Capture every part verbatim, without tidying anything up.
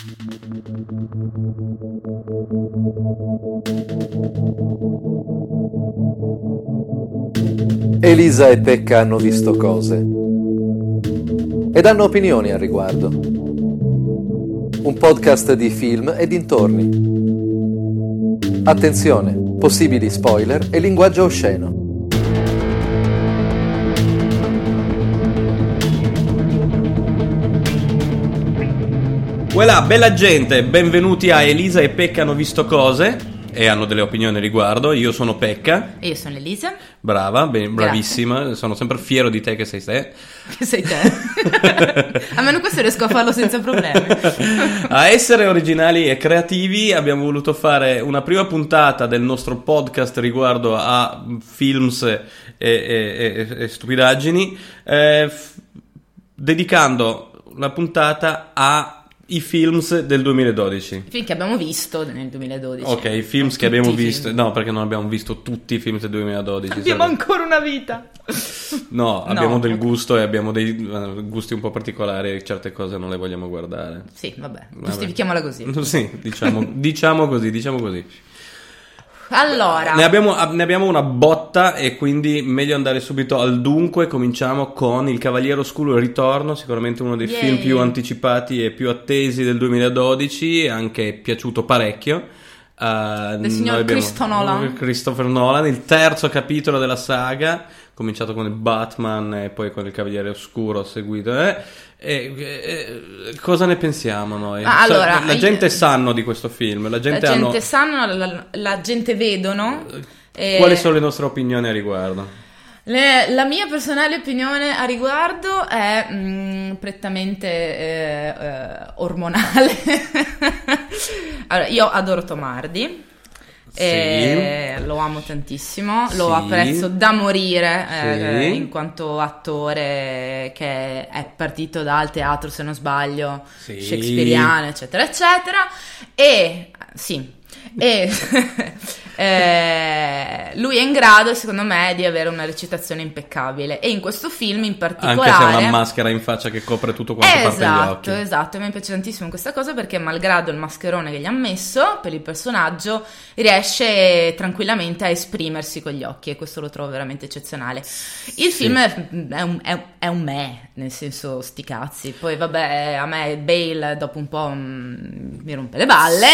Elisa e Pecca hanno visto cose ed hanno opinioni al riguardo. Un podcast di film e dintorni. Attenzione, possibili spoiler e linguaggio osceno. Voilà, bella gente, benvenuti a Elisa e Pecca hanno visto cose e hanno delle opinioni al riguardo. Io sono Pecca. E io sono Elisa. Brava, ben, bravissima. Grazie. Sono sempre fiero di te che sei te. Che sei te. Almeno questo riesco a farlo senza problemi. A essere originali e creativi abbiamo voluto fare una prima puntata del nostro podcast riguardo a films e, e, e, e stupidaggini, eh, f- dedicando la puntata a i films del duemiladodici. I film che abbiamo visto nel duemiladodici. Ok, i films che abbiamo visto. No, perché non abbiamo visto tutti i film del duemiladodici. Abbiamo sarebbe... ancora una vita. No, abbiamo no. del gusto e abbiamo dei gusti un po' particolari e certe cose non le vogliamo guardare. Sì, vabbè, vabbè. giustifichiamola così. Sì, diciamo, diciamo così, diciamo così. Allora, ne abbiamo, ne abbiamo una botta e quindi meglio andare subito al dunque. Cominciamo con Il Cavaliere Oscuro Il Ritorno, sicuramente uno dei Yay. film più anticipati e più attesi del duemiladodici, anche piaciuto parecchio. Uh, del signor Christopher Nolan. Christopher Nolan, il terzo capitolo della saga, cominciato con il Batman e poi con il Cavaliere Oscuro seguito. Eh? E, e, cosa ne pensiamo noi? Ah, allora, la gente io... sanno di questo film, la gente, la gente hanno... sanno, la, la gente vedono. Quali e... sono le nostre opinioni a riguardo? Le, la mia personale opinione a riguardo è mh, prettamente eh, eh, ormonale. Allora, io adoro Tom Hardy. Sì. E lo amo tantissimo, lo sì. apprezzo da morire eh, sì. in quanto attore che è partito dal teatro, se non sbaglio, sì. shakespeariano, eccetera, eccetera. E sì, e eh, lui è in grado, secondo me, di avere una recitazione impeccabile. E in questo film in particolare, anche se ha una maschera in faccia che copre tutto quanto esatto, parte gli occhi. Esatto, mi piace tantissimo questa cosa perché malgrado il mascherone che gli ha messo per il personaggio riesce tranquillamente a esprimersi con gli occhi e questo lo trovo veramente eccezionale. Il sì. film è, è, un, è, è un me, nel senso sti cazzi. Poi vabbè, a me Bale dopo un po' mh, mi rompe le balle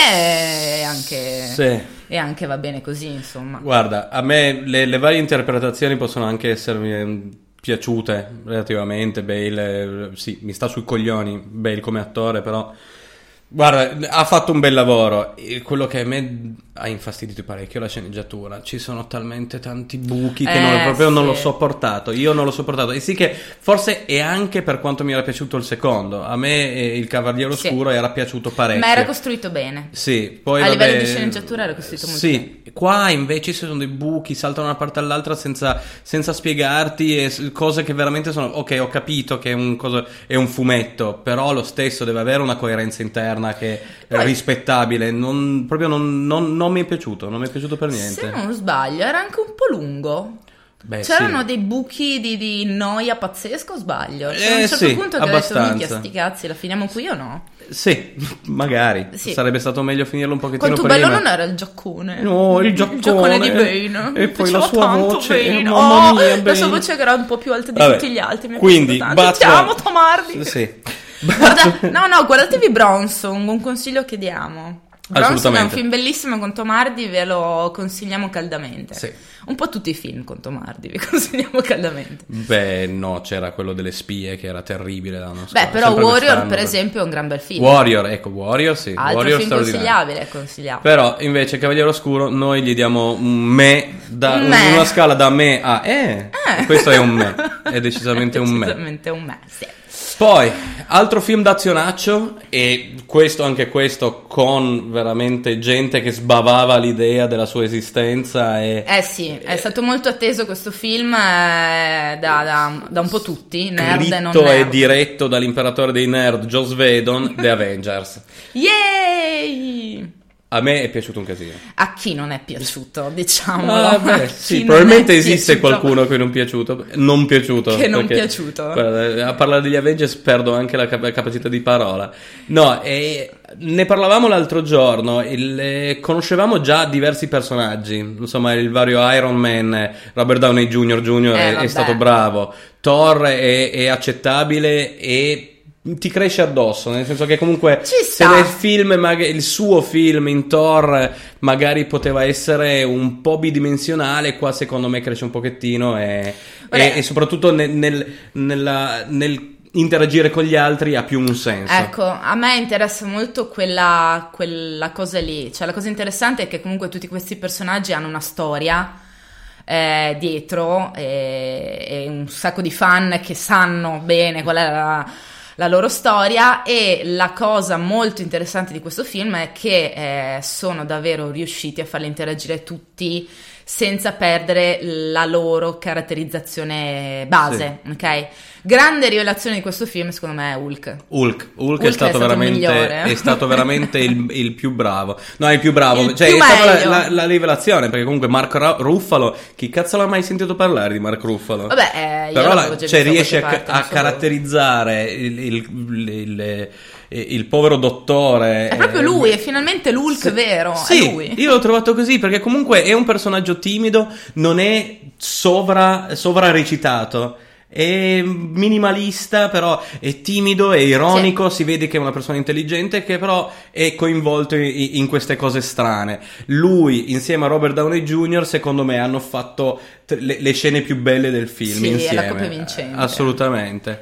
e anche, sì. e anche va bene così, insomma. Guarda, a me le, le varie interpretazioni possono anche essermi piaciute relativamente. Bale, sì, mi sta sui coglioni Bale come attore, però guarda, ha fatto un bel lavoro. Quello che a me ha infastidito parecchio è la sceneggiatura. Ci sono talmente tanti buchi che eh, non, proprio sì. non l'ho sopportato. Io non l'ho sopportato. E sì che forse è anche per quanto mi era piaciuto il secondo. A me eh, il Cavaliere Oscuro sì. era piaciuto parecchio. Ma era costruito bene. Sì, poi a vabbè, livello di sceneggiatura era costruito molto sì. bene. Qua invece ci sono dei buchi, saltano da una parte all'altra senza, senza spiegarti e cose che veramente sono ok, ho capito che è un, cosa, è un fumetto, però lo stesso deve avere una coerenza interna che è Poi, rispettabile. Non, proprio non, non, non mi è piaciuto, non mi è piaciuto per niente. Se non sbaglio era anche un po' lungo. Beh, c'erano sì. dei buchi di, di noia pazzesco, o sbaglio? C'è Eh, a un certo sì, punto che abbastanza. ho detto minchia sti cazzi, la finiamo qui o no? Sì, magari sì. Sarebbe stato meglio finirlo un pochettino quanto prima. bello non era il giaccone. No, il giaccone, il giaccone di Bane. E poi Faceva la sua tanto voce Bane. mamma oh, mia, la Bane. sua voce che era un po' più alta di Vabbè, tutti gli altri. Mi quindi tanto. Ti amo Tom Hardy. Sì. Guarda, no no guardatevi Bronson, un consiglio che diamo. Bronson è un film bellissimo con Tom Hardy, ve lo consigliamo caldamente. Sì. Un po' tutti i film con Tom Hardy vi consigliamo caldamente. Beh, no, c'era quello delle spie che era terribile l'anno scorso. Beh, però Warrior, per esempio, è un gran bel film. Warrior, ecco, Warrior, sì. Altro Warrior film consigliabile, consigliabile. Però, invece, Cavaliere Oscuro, noi gli diamo un me, da, un me. una scala da me a eh. eh. Questo è un me, è decisamente un me. Decisamente un me, sì. Poi, altro film d'azionaccio, e questo, anche questo, con veramente gente che sbavava l'idea della sua esistenza. E, eh sì, è stato molto atteso questo film eh, da, da, da un po' tutti, nerd e non nerd. nerd. E diretto dall'imperatore dei nerd, Joss Whedon, The Avengers. Yay! A me è piaciuto un casino. A chi non è piaciuto, diciamo. Ah, beh, sì, probabilmente esiste qualcuno che non è piaciuto. Non piaciuto. Che non è perché, piaciuto. Guarda, a parlare degli Avengers perdo anche la cap- capacità di parola. No, e ne parlavamo l'altro giorno. Il, eh, conoscevamo già diversi personaggi. Insomma, il vario Iron Man, Robert Downey junior junior Eh, è, è stato bravo. Thor è, è accettabile e ti cresce addosso, nel senso che comunque Ci se sta. nel film mag- il suo film in Thor magari poteva essere un po' bidimensionale, qua secondo me cresce un pochettino e, e, e soprattutto nel, nel, nella, nel interagire con gli altri ha più un senso. Ecco, a me interessa molto quella, quella cosa lì, cioè la cosa interessante è che comunque tutti questi personaggi hanno una storia eh, dietro e, e un sacco di fan che sanno bene qual è la la loro storia, e la cosa molto interessante di questo film è che eh, sono davvero riusciti a farli interagire tutti senza perdere la loro caratterizzazione base, sì. Ok? Grande rivelazione di questo film secondo me è Hulk. Hulk, Hulk, Hulk è stato, è stato veramente, è stato veramente il, il più bravo. No, il più bravo, Il cioè più è stata meglio. la, la, la rivelazione, perché comunque Mark Ruffalo, chi cazzo l'ha mai sentito parlare di Mark Ruffalo? Vabbè, eh, io però l'avevo la, già cioè, visto riesce da a, qualche parte, a non so caratterizzare il, il, il, il, il povero dottore. È proprio eh, lui, è finalmente l'Hulk sì, vero, sì, è lui. Io l'ho trovato così perché comunque è un personaggio timido, non è sovra, sovra recitato. È minimalista, però è timido, è ironico, sì. Si vede che è una persona intelligente che però è coinvolto in, in queste cose strane. Lui insieme a Robert Downey junior secondo me hanno fatto le, le scene più belle del film, sì, insieme. è la coppia vincente. Assolutamente.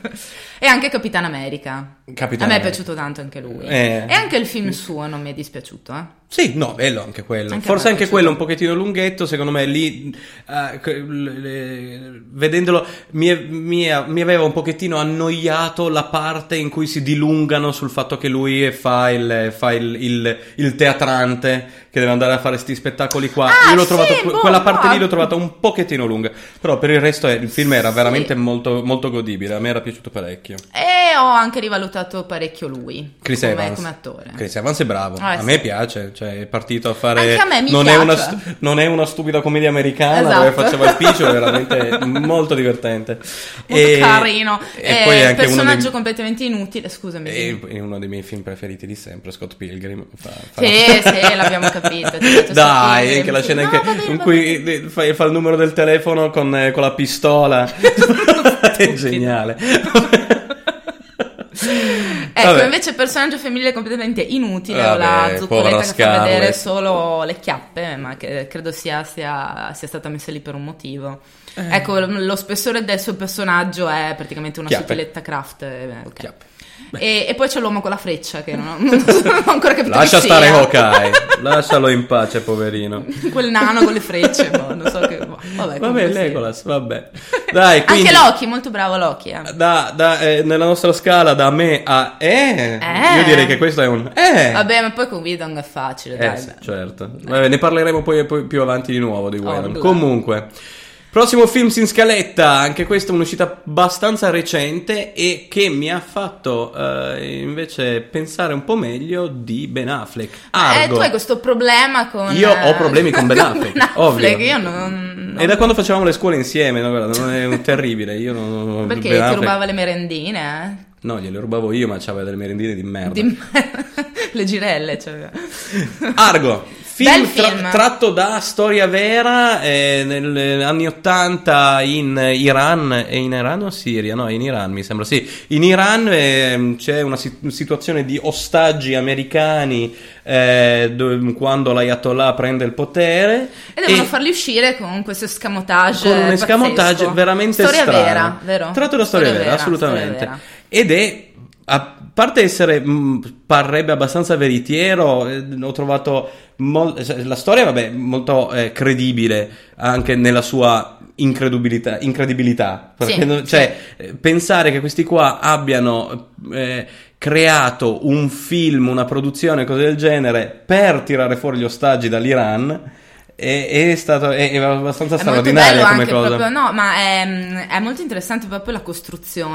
E anche Capitan America. Capitan a me è America. piaciuto tanto anche lui. Eh. E anche il film suo non mi è dispiaciuto, eh. Sì, no, bello anche quello. Anche Forse a me è anche piaciuto. quello un pochettino lunghetto, secondo me lì eh, que- le- le- vedendolo mi, è- mi, è- mi aveva un pochettino annoiato la parte in cui si dilungano sul fatto che lui fa il, fa il, il, il teatrante che deve andare a fare sti spettacoli qua. Ah, Io l'ho sì, trovato boh, quella parte no. lì l'ho trovata un pochettino lunga, però per il resto eh, il film era Sì. veramente molto, molto godibile, a me era piaciuto parecchio. E ho anche rivalutato parecchio lui Chris come, Evans. come attore. Chris Evans è bravo, Ah, a sì. me piace, cioè è partito a fare Anche a me mi non, piace. È una stu- non è una stupida commedia americana Esatto. dove faceva il piccio, è veramente molto divertente. Molto carino. E Eh, poi è anche personaggio uno dei, completamente inutile, scusami. è è uno dei miei film preferiti di sempre, Scott Pilgrim. Fa, fa Sì, sì, l'abbiamo capito. ti ho detto Dai, Scott anche la Pilgrim, scena sì. anche No, va bene, in va cui bene. fa, fa il numero del telefono con, eh, con la pistola. È geniale. Ecco, Vabbè. invece personaggio femminile completamente inutile, Vabbè, o la povera zoccoletta che fa Scarlett. vedere solo le chiappe, ma che credo sia, sia, sia stata messa lì per un motivo. Eh. Ecco, lo, lo spessore del suo personaggio è praticamente una Chiappe. sottiletta craft. eh, ok. Chiappe. E, e poi c'è l'uomo con la freccia che non ho, non ho ancora capito Lascia chi stare sia. Hawkeye, lascialo in pace, poverino. Quel nano con le frecce, boh, non so che... boh, Vabbè, Vabbè, comunque sì. Legolas, vabbè. Dai, quindi, Anche Loki, molto bravo Loki. Eh. da, da, eh, nella nostra scala da me a eh, Eh. io direi che questo è un eh. Vabbè, ma poi con Whedon è facile, Eh, dai. sì, beh. certo. Vabbè, ne parleremo poi, poi più avanti di nuovo di Whedon. blah. Comunque, prossimo film in scaletta, anche questa è un'uscita abbastanza recente e che mi ha fatto eh, invece pensare un po' meglio di Ben Affleck. Eh, Argo. tu hai questo problema con... Io ho eh, problemi con Ben Affleck, Ben Affleck, ovvio. io non... non- E da quando facevamo le scuole insieme, no, guarda, non è un terribile. Io non, non- Perché Ben ti Affleck- rubava le merendine, No, gliele rubavo io, ma c'aveva delle merendine di eh? merda. Di... le girelle, cioè... Argo, film, Bel tra- film. tratto da storia vera eh, negli anni ottanta in Iran, e in Iran o Siria? No, in Iran mi sembra, sì. In Iran eh, c'è una sit- situazione di ostaggi americani eh, dove- quando l'Ayatollah prende il potere. E devono farli uscire con questo escamotage con un escamotage pazzesco. veramente Storia strano. vera, vero? Tratto da storia, vera, assolutamente. storia vera. Ed è, a parte essere, mh, parrebbe abbastanza veritiero, eh, ho trovato mol- la storia, vabbè, molto eh, credibile anche nella sua incredibilità, incredibilità perché Sì, non- cioè eh, pensare che questi qua abbiano eh, creato un film, una produzione, cose del genere per tirare fuori gli ostaggi dall'Iran è, è stato è, è abbastanza È molto straordinaria bello come anche cosa. proprio, no, ma è, è molto interessante proprio la costruzione.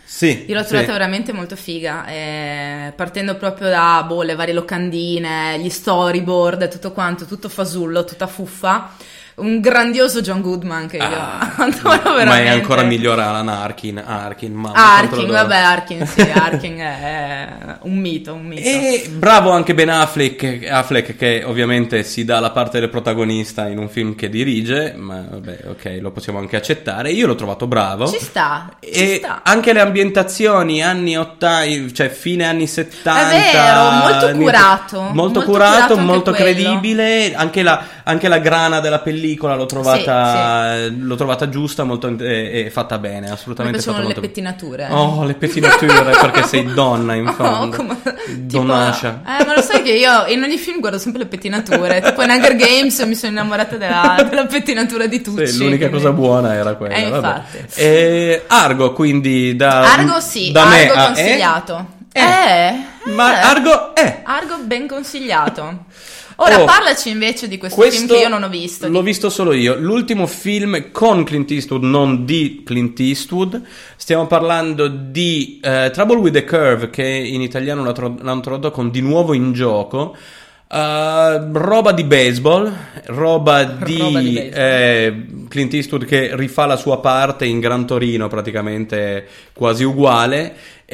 Sì, io l'ho trovata sì. veramente molto figa, eh, partendo proprio da boh, le varie locandine, gli storyboard e tutto quanto, tutto fasullo, tutta fuffa. Un grandioso John Goodman che io Ah, adoro veramente. Ma è ancora migliore Alan Arkin. Arkin, mamma, Arkin, quanto lo adoro. vabbè, Arkin, sì, Arkin è un mito, un mito. E bravo anche Ben Affleck, Affleck che ovviamente si dà la parte del protagonista in un film che dirige, ma vabbè, ok, lo possiamo anche accettare. Io l'ho trovato bravo. Ci sta, ci E sta. anche le ambientazioni anni ottanta, cioè fine anni settanta. È vero, molto curato. Molto, Molto curato, curato anche molto quello. credibile. Anche la, anche la grana della pellicola l'ho trovata, sì, sì. l'ho trovata giusta, molto e, e fatta bene, assolutamente. Mi piacevano fatta le molto... pettinature. Oh, le pettinature perché sei donna in fondo. Oh, come... Donascia. Tipo, eh, ma lo sai che io in ogni film guardo sempre le pettinature. Tipo in Hunger Games mi sono innamorata della, della pettinatura di Tucci. Sì, l'unica quindi... cosa buona era quella. Eh, vabbè. infatti. E Argo, quindi da Argo sì, da Argo me a consigliato. Eh, eh, ma eh. Argo è Argo ben consigliato. Ora Oh, parlaci invece di questo, questo film che io non ho visto. L'ho visto solo io. L'ultimo film con Clint Eastwood, non di Clint Eastwood. Stiamo parlando di uh, Trouble with the Curve, che in italiano l'ha tro- l'hanno tradotto con Di nuovo in gioco. Uh, roba di baseball, roba di, Roba di baseball. Eh, Clint Eastwood che rifà la sua parte in Gran Torino, praticamente quasi uguale,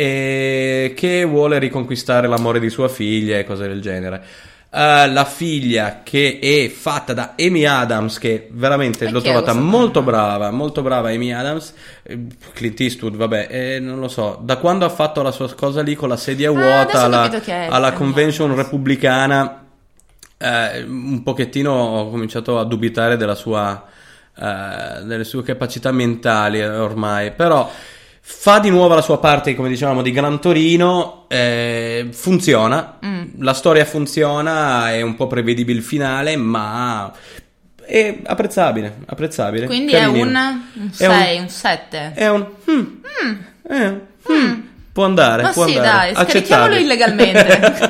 e che vuole riconquistare l'amore di sua figlia e cose del genere. Uh, la figlia che è fatta da Amy Adams, che veramente E l'ho chi è trovata questa molto donna? brava, molto brava Amy Adams. Eh, Clint Eastwood, vabbè, eh, non lo so, da quando ha fatto la sua cosa lì con la sedia Ah, vuota adesso ho alla, capito chi è alla Amy convention Adams. repubblicana, eh, un pochettino ho cominciato a dubitare della sua, eh, delle sue capacità mentali eh, ormai, però fa di nuovo la sua parte, come dicevamo, di Gran Torino, eh, funziona, Mm. la storia funziona, è un po' prevedibile il finale, ma è apprezzabile, apprezzabile. Quindi carinino. è un È un- sei, un sette. È un... hmm, è un- hmm, può andare, Ma può sì, andare. dai, scarichiamolo accettabile. illegalmente.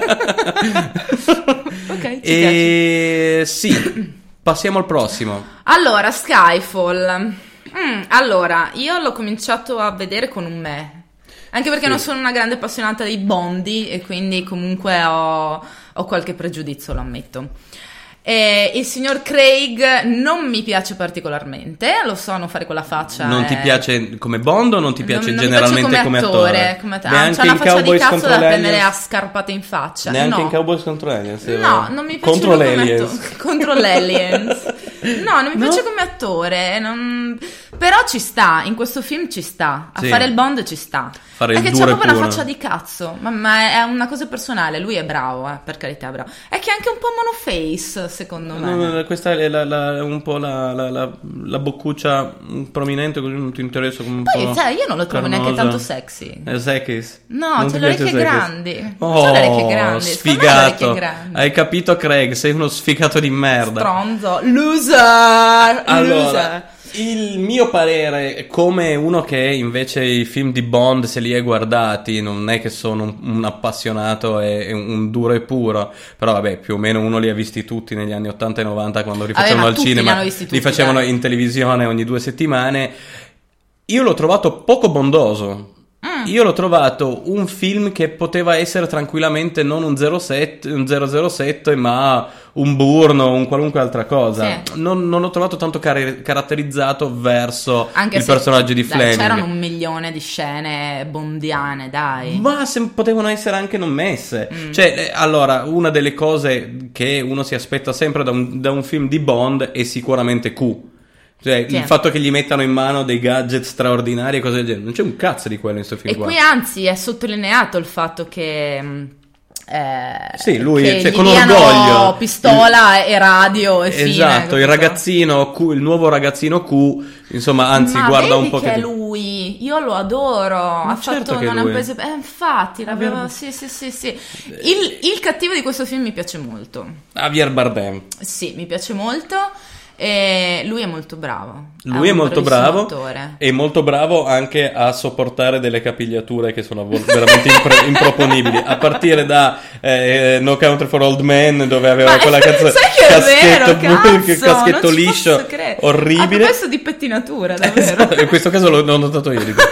Ok, ci piace. E sì, passiamo al prossimo. Allora, Skyfall. Mm, allora, io l'ho cominciato a vedere con un me. Anche perché Sì. non sono una grande appassionata dei Bondi e quindi comunque ho, ho qualche pregiudizio, lo ammetto. E il signor Craig non mi piace particolarmente, lo so, non fare quella faccia. Non ti è- piace come Bond o non ti piace non, non mi generalmente piace come, come attore? Come att- ah, Neanche c'ha una in faccia di Cowboys cazzo contro da gli prendere aliens? a scarpate in faccia. Neanche no. in Cowboys contro aliens? sì, No, va. non mi piace contro lui come l'aliens. atto- contro l'aliens. No, non mi No? piace come attore. non- Però ci sta, in questo film ci sta. A Sì. fare il Bond ci sta. Fare il Perché c'ha duro e proprio una puro. faccia di cazzo. Ma, ma è una cosa personale. Lui è bravo, eh, per carità, è bravo. È che è anche un po' monoface, secondo me. No, questa è la, la- un po' la, la, la, la boccuccia prominente, così non ti interessa come un Poi, po' sai, io non lo trovo neanche carnosa. tanto sexy. Eh, Zekis. No, Non c'ha ti le piace orecchie Zekis? grandi. Oh, C'ha le orecchie grandi. Secondo me ha le orecchie sfigato. grandi. Hai capito, Craig? Sei uno sfigato di merda. Stronzo. Loser. Allora, Loser. il mio parere, come uno che invece i film di Bond se li hai guardati, non è che sono un, un appassionato e, e un duro e puro, però vabbè, più o meno uno li ha visti tutti negli anni ottanta e novanta quando rifacevano ma al tutti li cinema, hanno visti tutti, li facevano dai. in televisione ogni due settimane. Io l'ho trovato poco bondoso. Mm. Io l'ho trovato un film che poteva essere tranquillamente non un zero sette, un zero zero sette, ma un Bourne o un qualunque altra cosa. Sì. Non, non l'ho trovato tanto car- caratterizzato verso Anche il se, personaggio di dai, Fleming. c'erano un milione di scene bondiane, dai. Ma se potevano essere anche non messe. Mm. Cioè, eh, allora, una delle cose che uno si aspetta sempre da un, da un film di Bond è sicuramente Q. Cioè, Sì. il fatto che gli mettano in mano dei gadget straordinari e cose del genere. Non c'è un cazzo di quello in questo film E qua. qui anzi è sottolineato il fatto che mh, eh, Sì, lui, che cioè, gli con diano orgoglio. pistola e radio e fine, Esatto, il capito? ragazzino Q, il nuovo ragazzino Q, insomma, anzi, Ma guarda vedi un po' che è che... lui, io lo adoro. Ha certo fatto che non lui. ha preso eh, infatti l'avevo Vero. sì sì sì sì il, il cattivo di questo film mi piace molto. Javier Bardem. Sì, mi piace molto. E lui è molto bravo. Lui è, un molto bravissimo bravo attore. e molto bravo anche a sopportare delle capigliature che sono a volte veramente impre- improponibili, a partire da eh, No Country for Old Men, dove aveva Ma quella canzone sai che è vero, caschetto, cazzo, caschetto non ci liscio posso credere. orribile. Ha questo di pettinatura, davvero. Esatto, in questo caso l'ho, l'ho notato io. Dico.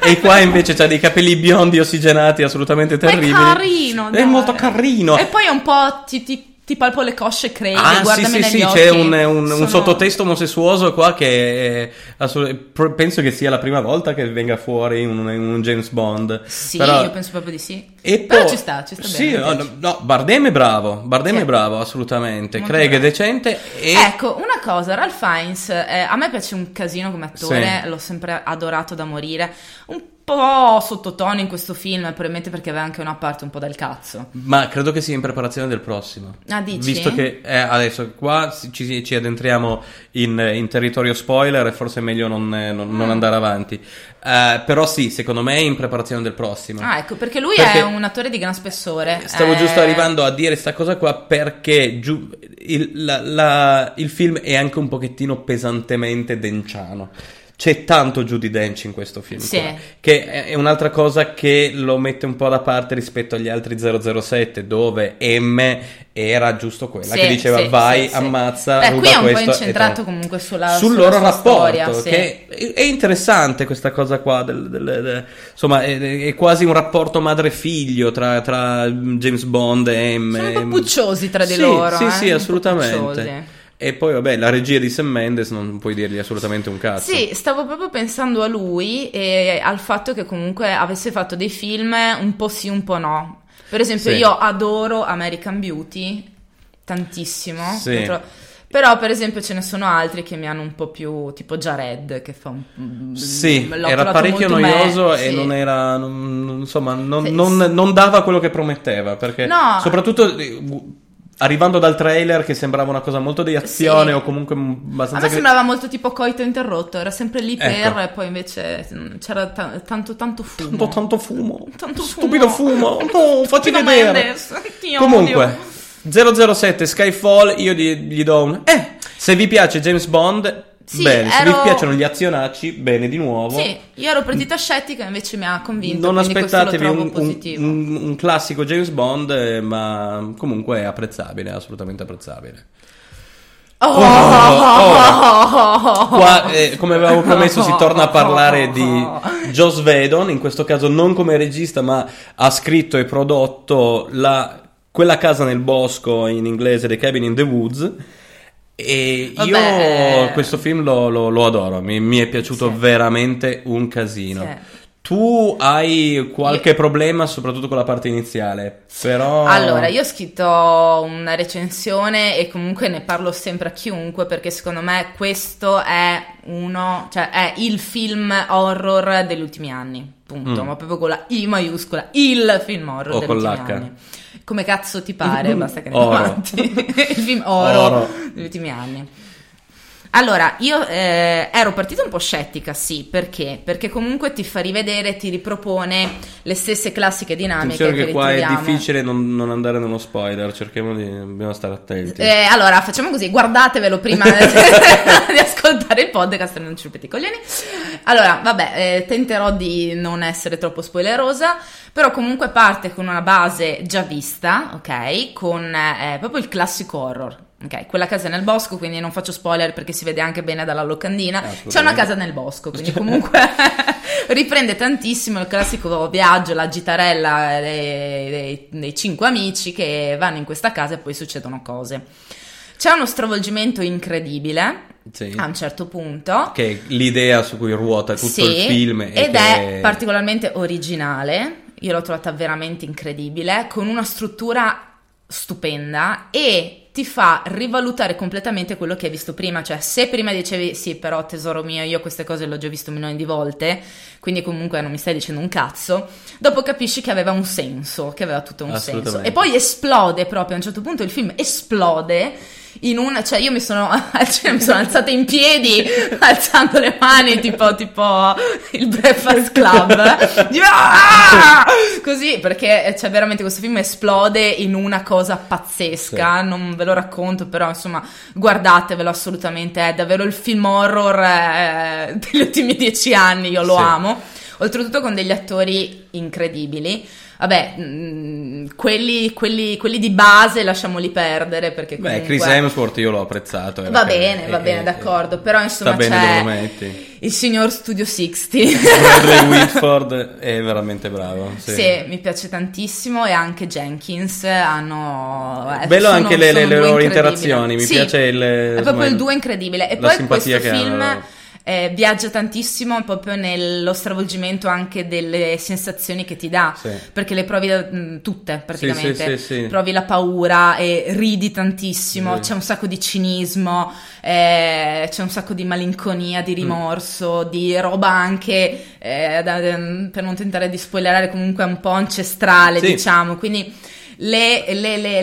E qua invece c'ha dei capelli biondi ossigenati assolutamente terribili. Ma è carino, È molto carino. E poi è un po' ti, ti ti palpo le cosce, Craig, ah, guardami sì, negli sì, occhi. C'è un, un, Sono... un sottotesto omosessuoso qua che è assolut- penso che sia la prima volta che venga fuori un, un James Bond. Sì, però... io penso proprio di sì. E però poi... ci sta, ci sta sì, bene. No, no, Bardem è bravo, Bardem sì. è bravo, assolutamente. Molto Craig bravo. è decente e... Ecco, una cosa, Ralph Fiennes, eh, a me piace un casino come attore, sì. l'ho sempre adorato da morire. Un po' sottotono in questo film, probabilmente perché aveva anche una parte un po' del cazzo. Ma credo che sia in preparazione del prossimo. Ah, dici? Visto che eh, adesso qua ci, ci addentriamo in, in territorio spoiler e forse è meglio non, non, mm. non andare avanti. Uh, però sì, secondo me è in preparazione del prossimo. Ah, ecco, perché lui perché è un attore di gran spessore. Stavo eh... giusto arrivando a dire sta cosa qua perché giù, il, la, la, il film è anche un pochettino pesantemente denciano. C'è tanto Judi Dench in questo film, sì. qua, che è un'altra cosa che lo mette un po' da parte rispetto agli altri zero zero sette, dove M era giusto quella sì, che diceva sì, vai, sì, ammazza, sì. Beh, ruba qui è un questo, po' incentrato comunque sulla, sul sulla loro sua rapporto, storia, sì. che è, è interessante questa cosa qua, del, del, del, insomma è, è quasi un rapporto madre-figlio tra, tra James Bond e M. Sono un po' pucciosi tra di sì, loro. Sì, eh? sì, assolutamente. Pucciosi. E poi vabbè, la regia di Sam Mendes non puoi dirgli assolutamente un cazzo. Sì, stavo proprio pensando a lui e al fatto che comunque avesse fatto dei film un po' sì, un po' no. Per esempio sì. io adoro American Beauty tantissimo, sì. però per esempio ce ne sono altri che mi hanno un po' più, tipo Jared che fa un... Sì, l'ho era parecchio noioso me, e sì. non era, non, insomma, non, sì. non, non dava quello che prometteva, perché no. soprattutto... arrivando dal trailer che sembrava una cosa molto di azione sì. o comunque abbastanza... A me sembrava molto tipo coito interrotto, era sempre lì per ecco. e poi invece c'era t- tanto tanto fumo. Tanto tanto fumo. Tanto Stupido fumo. fumo. No, fatti Stupido vedere. Mendes. Ti Comunque, odio. zero zero sette Skyfall, io gli, gli do un... Eh, se vi piace James Bond... Sì, bene, ero... se vi piacciono gli azionacci, bene di nuovo. Sì, io ero partita scettica, invece mi ha convinto. Non quindi questo lo aspettatevi trovo un, positivo. un, un classico James Bond, eh, ma comunque è apprezzabile, assolutamente apprezzabile. Oh, oh, oh. Qua, eh, come avevamo promesso, si torna a parlare di Joss Whedon, in questo caso non come regista, ma ha scritto e prodotto la, Quella casa nel bosco, in inglese The Cabin in the Woods. E Vabbè. io questo film lo, lo, lo adoro, mi, mi è piaciuto sì. veramente un casino. Sì. Tu hai qualche io... problema soprattutto con la parte iniziale, però... Allora, io ho scritto una recensione e comunque ne parlo sempre a chiunque, perché secondo me questo è uno, cioè è il film horror degli ultimi anni, punto, mm. ma proprio con la I maiuscola, il film horror o degli con ultimi l'H. anni. Come cazzo ti pare, basta che ne Oro. avanti. Il film oro, oro degli ultimi anni. Allora, io eh, ero partita un po' scettica, sì, perché? Perché comunque ti fa rivedere, ti ripropone le stesse classiche dinamiche. Attenzione che, che qua ritroviamo. è difficile non, non andare nello spoiler, cerchiamo di, dobbiamo stare attenti. Eh, allora, facciamo così, guardatevelo prima di ascoltare il podcast e non ci rompete i coglioni. Allora, vabbè, eh, tenterò di non essere troppo spoilerosa, però comunque parte con una base già vista, ok? Con eh, proprio il classico horror. Ok, quella casa nel bosco, quindi non faccio spoiler perché si vede anche bene dalla locandina. C'è una casa nel bosco, quindi comunque riprende tantissimo il classico viaggio, la gitarella dei, dei, dei cinque amici che vanno in questa casa e poi succedono cose. C'è uno stravolgimento incredibile sì. a un certo punto, che è l'idea su cui ruota tutto sì, il film ed che... è particolarmente originale. Io l'ho trovata veramente incredibile, con una struttura stupenda e ti fa rivalutare completamente quello che hai visto prima. Cioè, se prima dicevi sì, però tesoro mio, io queste cose le ho già visto milioni di volte, quindi comunque non mi stai dicendo un cazzo, dopo capisci che aveva un senso, che aveva tutto un senso, e poi esplode proprio, a un certo punto il film esplode in una, cioè io mi sono mi sono alzata in piedi alzando le mani tipo tipo il Breakfast Club così, perché cioè veramente questo film esplode in una cosa pazzesca, sì. Non ve lo racconto, però insomma guardatevelo assolutamente, è davvero il film horror eh, degli ultimi dieci anni, io lo sì. amo, oltretutto con degli attori incredibili. Vabbè, mh, quelli, quelli, quelli di base lasciamoli perdere perché comunque... Beh, Chris Hemsworth io l'ho apprezzato. Va bene, va bene, d'accordo, però insomma sta bene c'è dove lo metti. Il signor Studio sessanta. Bradley Whitford è veramente bravo. Sì. Sì, mi piace tantissimo, e anche Jenkins hanno... Eh, Bello sono, anche le, le, le loro incredibili. interazioni, mi sì, piace il... è proprio il duo incredibile. E poi questo film... Hanno... Eh, viaggia tantissimo proprio nello stravolgimento anche delle sensazioni che ti dà, sì. perché le provi da, mh, tutte praticamente, sì, sì, sì, sì. provi la paura e ridi tantissimo, sì. c'è un sacco di cinismo, eh, c'è un sacco di malinconia, di rimorso, mm. di roba anche, eh, da, per non tentare di spoilerare, comunque un po' ancestrale, sì. diciamo, quindi le, le, le,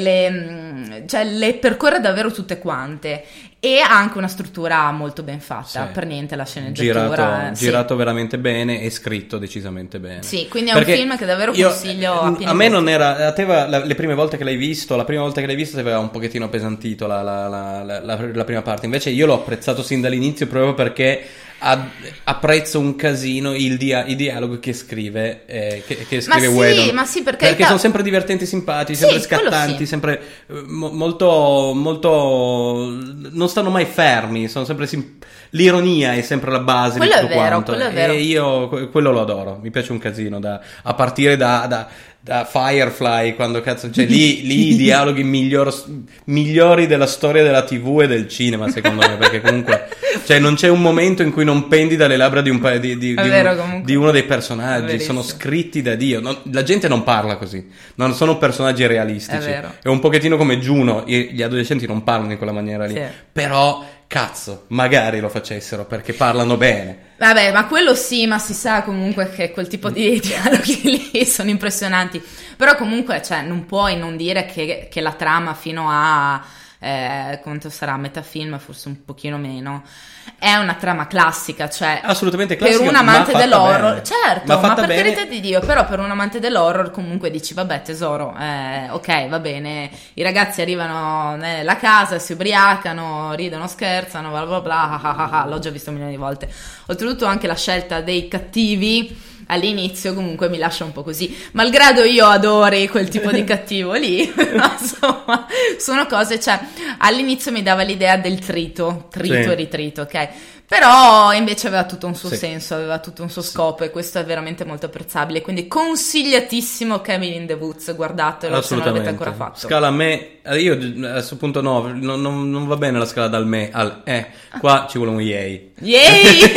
le, cioè, le percorre davvero tutte quante. E ha anche una struttura molto ben fatta, sì. per niente la sceneggiatura. Girato, sì. girato veramente bene e scritto decisamente bene. Sì, quindi è Perché un film che davvero io, consiglio a pieni A me voti. non era, a te va, la, le prime volte che l'hai visto, la prima volta che l'hai visto ti aveva un pochettino appesantito la, la, la, la, la, la prima parte, invece io l'ho apprezzato sin dall'inizio proprio perché a, apprezzo un casino il dia, i dialoghi che scrive eh, che, che scrive ma Whedon, sì, ma sì, perché, perché sono sempre divertenti, simpatici, sì, sempre scattanti, sì. sempre mo, molto molto non stanno mai fermi, sono sempre sim- l'ironia è sempre la base quello di tutto è vero, quanto quello è vero. e io quello lo adoro, mi piace un casino da, a partire da, da da Firefly, quando cazzo, cioè lì, lì i dialoghi miglior, migliori della storia della tivù e del cinema, secondo me, perché comunque cioè non c'è un momento in cui non pendi dalle labbra di, un, di, di, di, vero, un, di uno dei personaggi, sono scritti da Dio, non, la gente non parla così, non sono personaggi realistici, è, è un pochettino come Juno, gli adolescenti non parlano in quella maniera lì, sì. però cazzo, magari lo facessero perché parlano bene. Vabbè, ma quello sì, ma si sa comunque che quel tipo di dialoghi lì sono impressionanti. Però comunque, cioè, non puoi non dire che, che la trama fino a... Eh, quanto sarà? Metà film, forse un pochino meno. È una trama classica, cioè assolutamente classica, per un amante dell'horror, bene. certo, ma, ma per bene. carità di Dio, però per un amante dell'horror comunque dici vabbè tesoro, eh, ok va bene, i ragazzi arrivano nella casa, si ubriacano, ridono, scherzano, bla bla bla, ah, ah, ah, l'ho già visto milioni di volte. Oltretutto anche la scelta dei cattivi all'inizio comunque mi lascia un po' così, malgrado io adori quel tipo di cattivo lì, insomma sono cose, cioè all'inizio mi dava l'idea del trito, trito sì. e ritrito, ok? Però invece aveva tutto un suo sì. senso, aveva tutto un suo scopo, e questo è veramente molto apprezzabile, quindi consigliatissimo Cabin in the Woods, guardatelo se non l'avete ancora fatto. Scala a me, io a questo punto no, non, non, non va bene la scala dal me al eh, qua ci vuole un yay. Yay!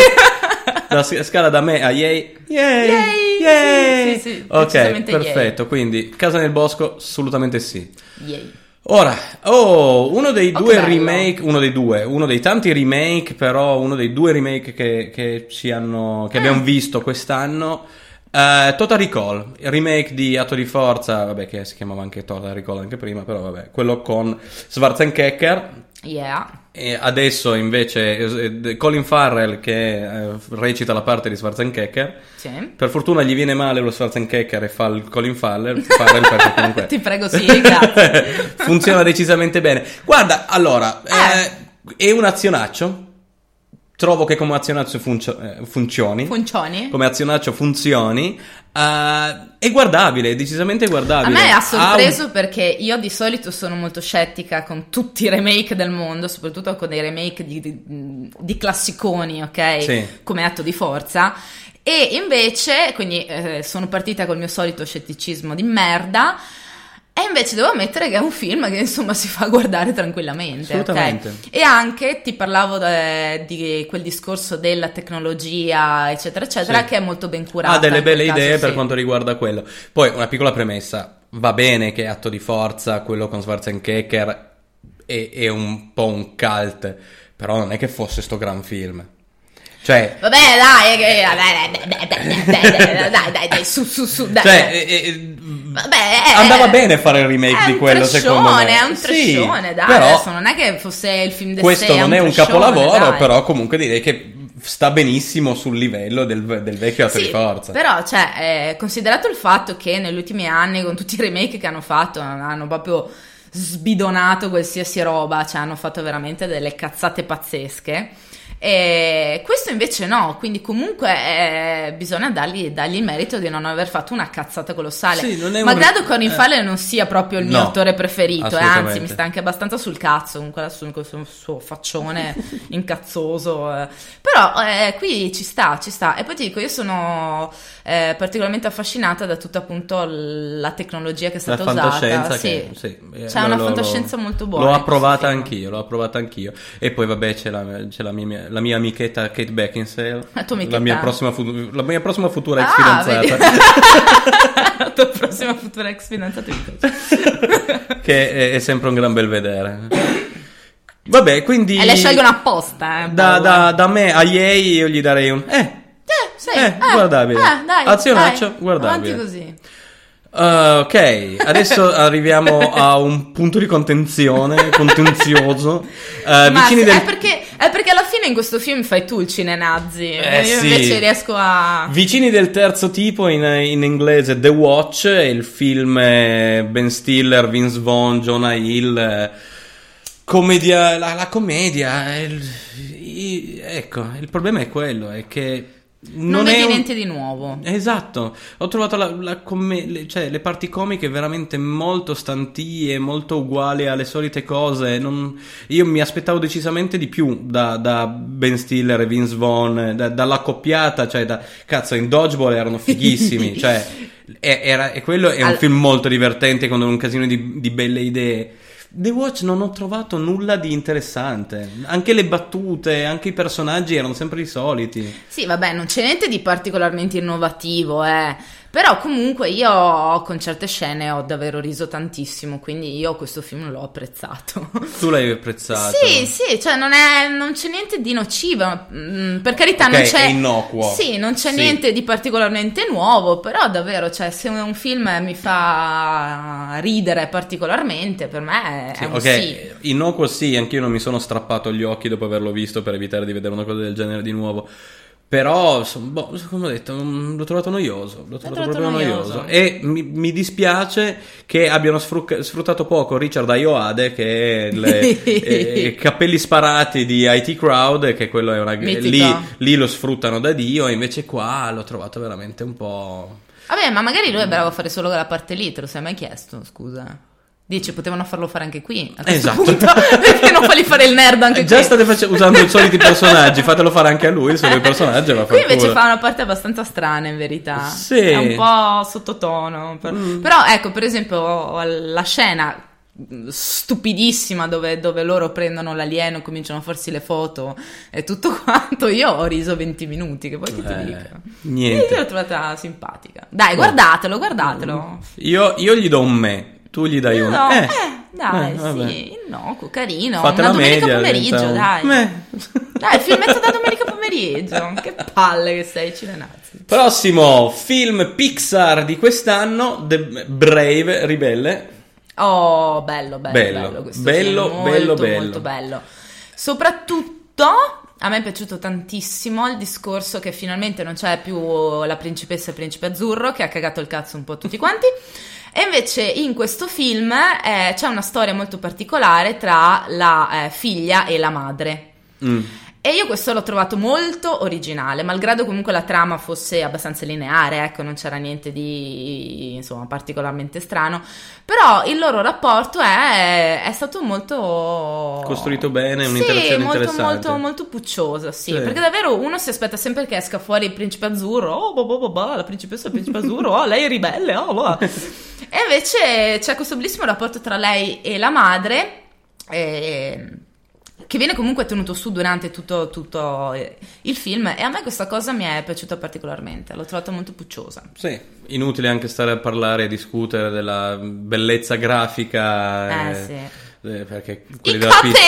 La scala da me a yay, yay, yay, yay. Sì, sì, sì, ok, perfetto, yay. Quindi Casa nel Bosco assolutamente sì. Yay. Ora, oh, uno dei oh, due remake, uno dei due, uno dei tanti remake, però uno dei due remake che, che ci hanno, che eh. abbiamo visto quest'anno, uh, Total Recall, il remake di Atto di Forza, vabbè che si chiamava anche Total Recall anche prima, però vabbè, quello con Schwarzenegger. Yeah. E adesso invece Colin Farrell che eh, recita la parte di Schwarzenegger. Sì. Per fortuna gli viene male lo Schwarzenegger e fa il Colin Farrell, Farrell perché comunque ti prego sì, grazie. funziona decisamente bene. Guarda, allora eh. Eh, è un azionaccio. Trovo che come azionaccio funcio- eh, funzioni. Funzioni? Come azionaccio funzioni. Uh, è guardabile, è decisamente guardabile. A me ha sorpreso ha un... perché io di solito sono molto scettica con tutti i remake del mondo, soprattutto con dei remake di, di, di classiconi, ok? Sì. Come Atto di Forza. E invece, quindi eh, sono partita col mio solito scetticismo di merda. E invece devo ammettere che è un film che insomma si fa guardare tranquillamente. Assolutamente. Okay? E anche ti parlavo de, di quel discorso della tecnologia, eccetera, eccetera, sì. che è molto ben curato. Ha delle belle caso, idee sì. per quanto riguarda quello. Poi una piccola premessa: va bene che Atto di Forza, quello con Schwarzenegger, è, è un po' un cult, però non è che fosse sto gran film. Cioè, vabbè dai, dai, dai, dai, dai, dai, dai, su, su, su, dai. Cioè, eh, eh, vabbè, andava bene fare il remake di quello, secondo me. È un trascione, sì, dai, però adesso non è che fosse il film del questo sei, non è un, un capolavoro, dai. Però comunque direi che sta benissimo sul livello del, del vecchio Atto sì, di Forza. Però, cioè, eh, considerato il fatto che negli ultimi anni, con tutti i remake che hanno fatto, hanno proprio sbidonato qualsiasi roba, cioè hanno fatto veramente delle cazzate pazzesche. E questo invece no, quindi comunque eh, bisogna dargli, dargli il merito di non aver fatto una cazzata colossale. Sì, non è un... Malgrado Colin eh. Farrell non sia proprio il mio No, attore preferito, eh, anzi mi sta anche abbastanza sul cazzo con quel suo, suo, suo faccione incazzoso, eh. Però eh, qui ci sta, ci sta. E poi ti dico, io sono eh, particolarmente affascinata da tutta appunto la tecnologia che è stata la fantascienza usata. Che, sì. sì. C'è lo, una lo, fantascienza lo, molto buona. L'ho approvata anch'io, l'ho approvata anch'io. E poi vabbè c'è la, c'è la, mia, la mia amichetta Kate Beckinsale, la, tua la, mia prossima, la mia prossima futura ex ah, fidanzata. La tua prossima futura ex fidanzata che è, è sempre un gran bel vedere. Vabbè, quindi... E le scelgono apposta, eh, da, da, da me a Yei io gli darei un... Eh, eh, sì, eh, eh guardabile. Eh, dai, Azionaccio, dai, guardabile. Avanti così. Uh, ok, adesso arriviamo a un punto di contenzione, contenzioso. Uh, Ma vicini se, del... è, perché, è perché alla fine in questo film fai tu il cinenazi. Eh, Io sì. invece riesco a... Vicini del terzo tipo, in, in inglese The Watch, il film eh, Ben Stiller, Vince Vaughn, Jonah Hill, eh, commedia, la, la commedia, il, i, ecco, il problema è quello, è che non, non vedi è un... niente di nuovo. Esatto, ho trovato la, la comm- le, cioè, le parti comiche veramente molto stantie, molto uguali alle solite cose. Non... Io mi aspettavo decisamente di più da, da Ben Stiller e Vince Vaughn, da, dalla coppiata, cioè da cazzo in Dodgeball erano fighissimi, cioè è, era, e quello è un Al... film molto divertente con un casino di, di belle idee. The Watch non ho trovato nulla di interessante, anche le battute, anche i personaggi erano sempre i soliti. Sì, vabbè, non c'è niente di particolarmente innovativo, eh. Però comunque io con certe scene ho davvero riso tantissimo, quindi io questo film l'ho apprezzato. Tu l'hai apprezzato? Sì, sì, cioè non, è, non c'è niente di nocivo, mm, per carità okay, non c'è... è innocuo. Sì, non c'è sì. niente di particolarmente nuovo, però davvero, cioè se un film mi fa ridere particolarmente, per me è sì, un okay. sì. Innocuo sì, anch'io non mi sono strappato gli occhi dopo averlo visto per evitare di vedere una cosa del genere di nuovo. Però, boh, come ho detto, l'ho trovato noioso, l'ho trovato, trovato proprio noioso. noioso. E mi, mi dispiace che abbiano sfruc- sfruttato poco Richard Ayoade, che è le eh, capelli sparati di I T Crowd, che quello è una... Lì, lì lo sfruttano da Dio, e invece qua l'ho trovato veramente un po'... Vabbè, ma magari lui è bravo a fare solo quella parte lì, te lo sei mai chiesto, scusa? Dice, potevano farlo fare anche qui a questo esatto. punto, perché non fargli fare il nerd anche già qui? State face- usando i soliti personaggi, fatelo fare anche a lui il solito personaggio, ma qui invece culo. fa una parte abbastanza strana in verità, sì. È un po' sottotono per... mm. Però ecco, per esempio la scena stupidissima dove, dove loro prendono l'alieno, cominciano a farsi le foto e tutto quanto, io ho riso venti minuti, che poi che ti eh, dica, niente. io l'ho trovata simpatica, dai, guardatelo, guardatelo. Io, io gli do un me. Tu gli dai no, uno. Eh, eh, dai, eh, sì, innocuo, carino. Fate una la domenica media, pomeriggio, diventa un... dai. Meh. Dai, filmetto da domenica pomeriggio. Che palle che sei, cinenazi. Prossimo film Pixar di quest'anno, The Brave, Ribelle. Oh, bello, bello, bello. Bello, questo bello, film, bello, molto, bello. molto bello. Soprattutto... A me è piaciuto tantissimo il discorso che finalmente non c'è più la principessa e il principe azzurro che ha cagato il cazzo un po' a tutti quanti, e invece in questo film eh, c'è una storia molto particolare tra la eh, figlia e la madre. Mm. E io questo l'ho trovato molto originale, malgrado comunque la trama fosse abbastanza lineare, ecco, non c'era niente di, insomma, particolarmente strano, però il loro rapporto è, è stato molto... costruito bene, un'interazione sì, molto, interessante. molto, molto pucciosa, sì, sì, perché davvero uno si aspetta sempre che esca fuori il principe azzurro, oh, boh, boh, boh, boh, la principessa e il principe azzurro, oh, lei è ribelle, oh, boh. E invece c'è questo bellissimo rapporto tra lei e la madre, e... che viene comunque tenuto su durante tutto, tutto il film, e a me questa cosa mi è piaciuta particolarmente, l'ho trovata molto pucciosa. Sì, inutile anche stare a parlare e discutere della bellezza grafica. Eh, eh, sì. Eh, perché I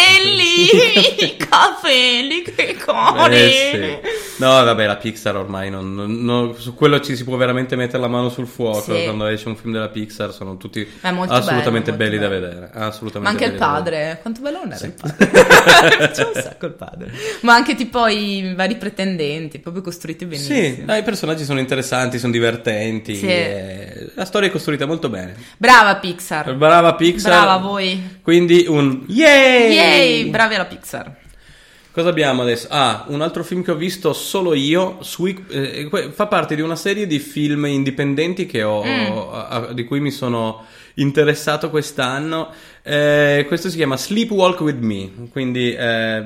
capelli, i capelli, che cori. Eh, sì. No, vabbè, la Pixar ormai non, non, non, su quello ci si può veramente mettere la mano sul fuoco. Sì. Quando esce un film della Pixar sono tutti assolutamente bello, belli bello. da vedere. Assolutamente. Ma anche il padre, quanto bello non era sì. il padre. C'è un sacco il padre. Ma anche tipo i vari pretendenti, proprio costruiti benissimo. Sì, ah, i personaggi sono interessanti, sono divertenti. Sì. E la storia è costruita molto bene. Brava Pixar. Brava Pixar. Brava voi. Quindi un yay! Yay! Bravi alla Pixar. Cosa abbiamo adesso? Ah, un altro film che ho visto solo io, Sui, eh, fa parte di una serie di film indipendenti che ho, mm. a, a, di cui mi sono interessato quest'anno. Eh, questo si chiama Sleepwalk With Me, quindi eh,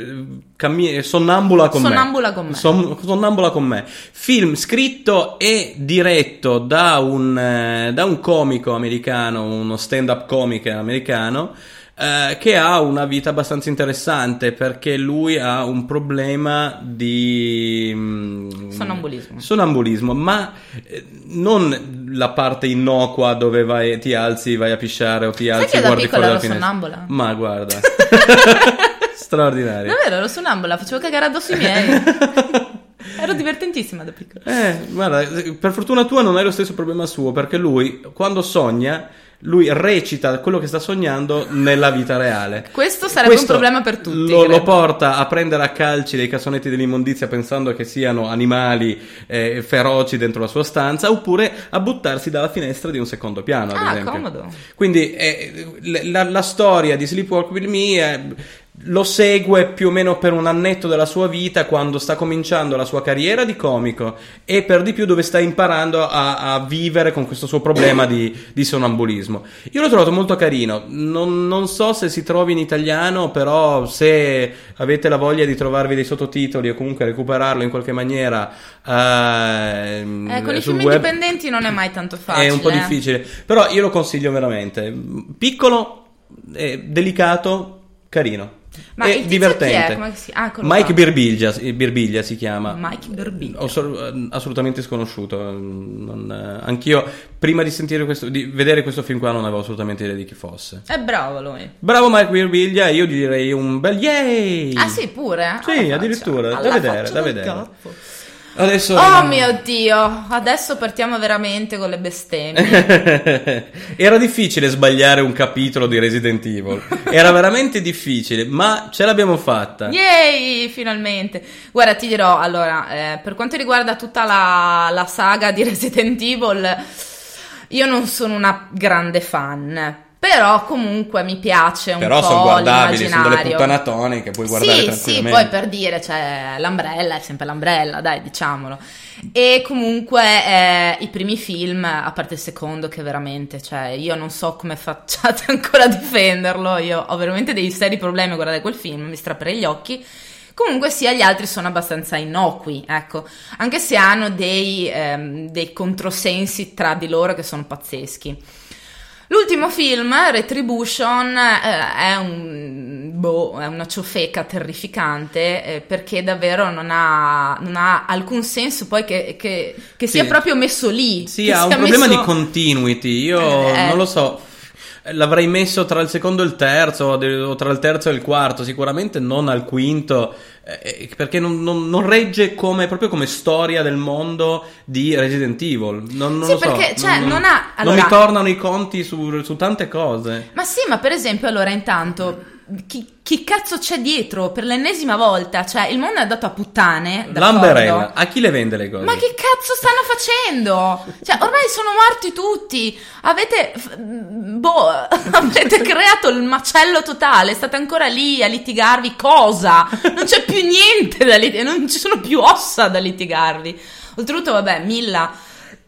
cammi- sonnambula con sonnambula me. Con me. Son- sonnambula con me. Film scritto e diretto da un, eh, da un comico americano, uno stand-up comic americano, Uh, che ha una vita abbastanza interessante, perché lui ha un problema di um, sonnambulismo. sonnambulismo, ma eh, non la parte innocua dove vai, ti alzi, vai a pisciare o ti alzi e guardi fuori dalla finestra. Sonnambula? Ma guarda, straordinario. Davvero, ero sonnambula, facevo cagare addosso i miei. Ero divertentissima da piccola. Eh, guarda, per fortuna tua non hai lo stesso problema suo, perché lui quando sogna, lui recita quello che sta sognando nella vita reale. Questo sarebbe Questo un problema per tutti. Lo, lo porta a prendere a calci dei cassonetti dell'immondizia pensando che siano animali eh, feroci dentro la sua stanza, oppure a buttarsi dalla finestra di un secondo piano, ad ah, esempio. Comodo. Quindi eh, la, la storia di Sleepwalk With Me è... lo segue più o meno per un annetto della sua vita, quando sta cominciando la sua carriera di comico e per di più dove sta imparando a, a vivere con questo suo problema di, di sonnambulismo. Io l'ho trovato molto carino, non, non so se si trovi in italiano, però se avete la voglia di trovarvi dei sottotitoli o comunque recuperarlo in qualche maniera eh, eh, con i film web, indipendenti non è mai tanto facile, è un po' eh. difficile, però io lo consiglio veramente. Piccolo, eh, delicato, carino. Ma è il divertente. È? Come si... ah, Mike Birbiglia, Birbiglia si chiama. Mike Birbiglia. Assolutamente sconosciuto. Non, anch'io prima di sentire questo, di vedere questo film qua, non avevo assolutamente idea di chi fosse. È bravo lui. Bravo Mike Birbiglia, io gli direi un bel yay. Ah sì, pure? Sì, alla addirittura, faccia. Da alla vedere, da vedere. Capo. Adesso... Oh mio Dio, adesso partiamo veramente con le bestemmie. Era difficile sbagliare un capitolo di Resident Evil, era veramente difficile, ma ce l'abbiamo fatta. Yay, finalmente. Guarda, ti dirò, allora, eh, per quanto riguarda tutta la, la saga di Resident Evil, io non sono una grande fan. Però comunque mi piace un Però po' sono guardabili, l'immaginario. sono delle puttanatone che puoi guardare sì, tranquillamente. Sì, poi per dire, cioè, l'Umbrella è sempre l'Umbrella, dai, diciamolo. E comunque eh, i primi film, a parte il secondo, che veramente, cioè, io non so come facciate ancora a difenderlo, io ho veramente dei seri problemi a guardare quel film, mi strapperei gli occhi. Comunque sia, gli altri sono abbastanza innocui, ecco, anche se hanno dei, ehm, dei controsensi tra di loro che sono pazzeschi. L'ultimo film, Retribution, eh, è un boh, è una ciofeca terrificante, eh, perché davvero non ha, non ha alcun senso poi che, che, che sia sì. proprio messo lì. Sì, ha un problema messo... di continuity, io eh, non lo so. L'avrei messo tra il secondo e il terzo, o tra il terzo e il quarto, sicuramente non al quinto, eh, perché non, non, non regge come, proprio come storia del mondo di Resident Evil. Non, non sì, lo so. perché cioè, non, non, ha, allora... non mi tornano i conti su, su tante cose. Ma sì, ma per esempio, allora intanto... Chi, chi cazzo c'è dietro per l'ennesima volta? Cioè, il mondo è andato a puttane. L'Umbrella, a chi le vende le cose? Ma che cazzo stanno facendo? Cioè, ormai sono morti tutti. Avete boh, avete creato il macello totale. State ancora lì a litigarvi. Cosa? Non c'è più niente da litigare, non ci sono più ossa da litigarvi. Oltretutto, vabbè, Milla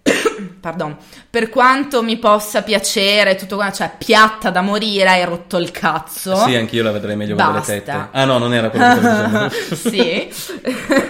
pardon, per quanto mi possa piacere tutto qua, cioè piatta da morire, hai rotto il cazzo. Sì, anch'io la vedrei meglio con le tette. Ah no, non era quello che stavo dicendo. Sì.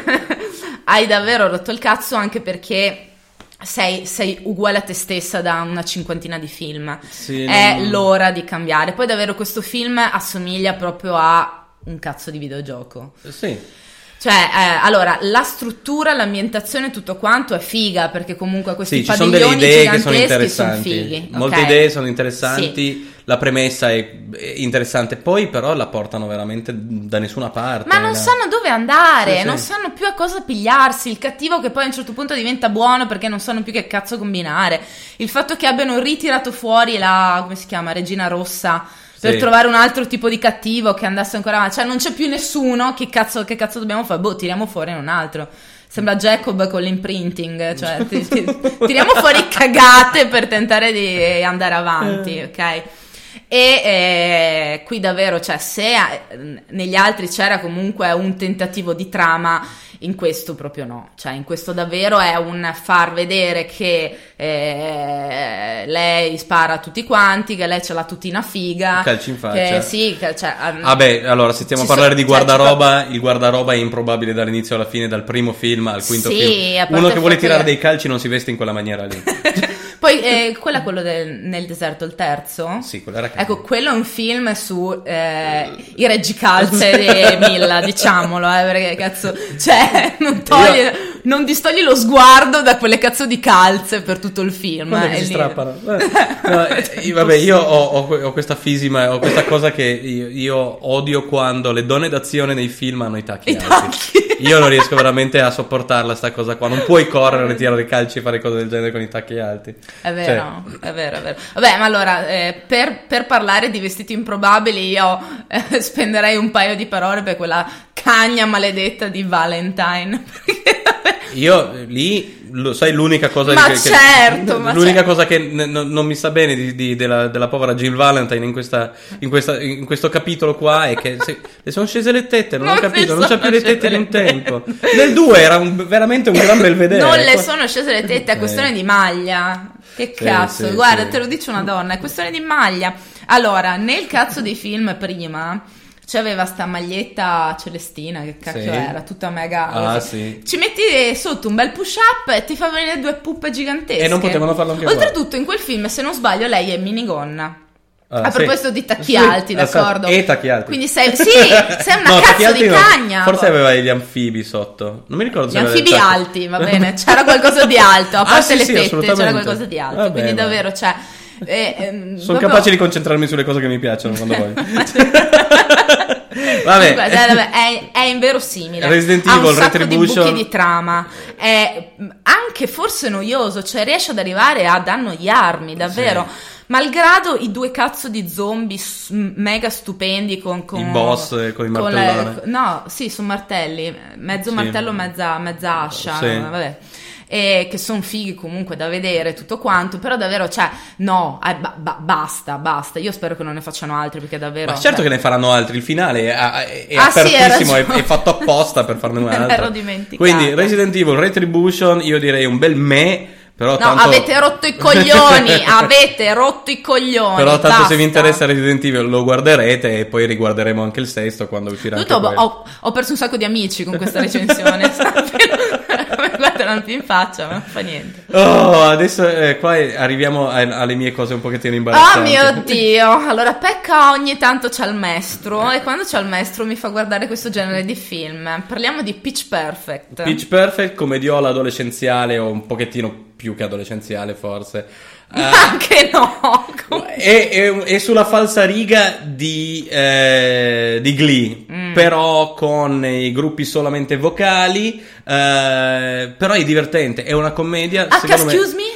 Hai davvero rotto il cazzo, anche perché sei, sei uguale a te stessa da una cinquantina di film. Sì, è non... l'ora di cambiare. Poi davvero questo film assomiglia proprio a un cazzo di videogioco. Sì. Cioè, eh, allora, la struttura, l'ambientazione, tutto quanto è figa, perché comunque questi sì, padiglioni ci sono delle idee che giganteschi sono interessanti. sono fighi. Molte okay. idee sono interessanti, sì. La premessa è interessante, poi però la portano veramente da nessuna parte. Ma non no? sanno dove andare, sì, non sì. sanno più a cosa pigliarsi, il cattivo che poi a un certo punto diventa buono perché non sanno più che cazzo combinare, il fatto che abbiano ritirato fuori la, come si chiama, Regina Rossa, per sì. trovare un altro tipo di cattivo che andasse ancora avanti, cioè non c'è più nessuno, che cazzo, che cazzo dobbiamo fare? Boh, tiriamo fuori un altro. Sembra Jacob con l'imprinting, cioè ti, ti, tiriamo fuori cagate per tentare di andare avanti, ok? E eh, qui davvero, cioè, se eh, negli altri c'era comunque un tentativo di trama, in questo proprio no, cioè in questo davvero è un far vedere che eh, lei spara a tutti quanti, che lei ce l'ha tutina figa, calci in faccia, che, sì, che, cioè, um, vabbè, allora se stiamo a parlare so, di guardaroba, cioè, il guardaroba è improbabile dall'inizio alla fine, dal primo film al quinto sì, film. Uno che vuole tirare dei calci non si veste in quella maniera lì. Poi eh, quello è quello del, nel deserto, il terzo? Sì, quello era ecco, quello è un film su eh, i reggicalze di Milla, diciamolo, eh, perché cazzo, cioè, non togli, io... non distogli lo sguardo da quelle cazzo di calze per tutto il film. Quando eh, si lì... strappano. No, eh, vabbè, io ho, ho, ho questa fisima, ho questa cosa che io, io odio quando le donne d'azione nei film hanno i tacchi I alti. tacchi. Io non riesco veramente a sopportarla sta cosa qua. Non puoi correre, tirare i calci e fare cose del genere con i tacchi alti. È vero, cioè... è vero, è vero. Vabbè, ma allora, eh, per, per parlare di vestiti improbabili io eh, spenderei un paio di parole per quella cagna maledetta di Valentine. Io lì, lo sai, l'unica cosa ma che, certo, che ma l'unica certo. cosa che n- n- non mi sta bene di, di, della, della povera Jill Valentine in, questa, in, questa, in questo capitolo qua è che se, le sono scese le tette, non, non ho capito, non c'ha più le tette di un tempo. Nel due era un, veramente un gran bel vedere. Non le sono scese le tette, è questione eh. di maglia. Che sì, cazzo, sì, guarda, sì. te lo dice una donna, è questione di maglia. Allora, nel cazzo di film prima c'aveva sta maglietta celestina, che cacchio sì. era, tutta mega. Ah, sì. Ci metti sotto un bel push up e ti fa venire due puppe gigantesche. E non potevano farlo anche oltretutto, in quel film, se non sbaglio, lei è minigonna. Ah, a sì. proposito di tacchi sì, alti, d'accordo? E tacchi alti. Quindi sei, sì, sei una no, cazzo di no. cagna. Forse aveva gli anfibi sotto. Non mi ricordo gli se aveva anfibi tacchi... alti, va bene. C'era qualcosa di alto, a parte ah, sì, le sì, tette, c'era qualcosa di alto. Vabbè, quindi ma... davvero, cioè... Eh, ehm, sono proprio... capace di concentrarmi sulle cose che mi piacciono quando voglio. Vabbè, Comunque, dai, vabbè, è, è inverosimile. Resident ha Evil un sacco Retribution di buchi di trama, è anche forse noioso, cioè riesce ad arrivare ad annoiarmi davvero. Sì. Malgrado i due cazzo di zombie s- mega stupendi con, con i boss eh, con i con martellone. le, no, sì, sono martelli, mezzo sì. martello, mezza, mezza ascia, sì. vabbè. E che sono fighi comunque da vedere tutto quanto, però davvero, cioè, no, eh, ba- ba- basta, basta. Io spero che non ne facciano altri, perché davvero. Ma certo beh. che ne faranno altri. Il finale è, è ah, apertissimo, sì, è, è fatto apposta per farne un altro. Ero dimenticato. Quindi Resident Evil Retribution, io direi un bel me. Però no, tanto... avete rotto i coglioni, avete rotto i coglioni. Però tanto basta. se vi interessa Resident Evil lo guarderete e poi riguarderemo anche il sesto quando uscirà tutto anche quello. ho, ho perso un sacco di amici con questa recensione. Mi guardano più in faccia, ma non fa niente. Oh, adesso eh, qua arriviamo a, alle mie cose un pochettino Oh imbarazzanti. mio Dio. Allora Pecca ogni tanto c'ha il maestro e quando c'ha il maestro mi fa guardare questo genere di film. Parliamo di Pitch Perfect. Pitch Perfect, commediola adolescenziale o un pochettino più che adolescenziale forse. Uh, anche no. È, è, è sulla falsariga di, eh, di Glee, mm. però con i gruppi solamente vocali, eh, però è divertente, è una commedia. Ah, excuse me?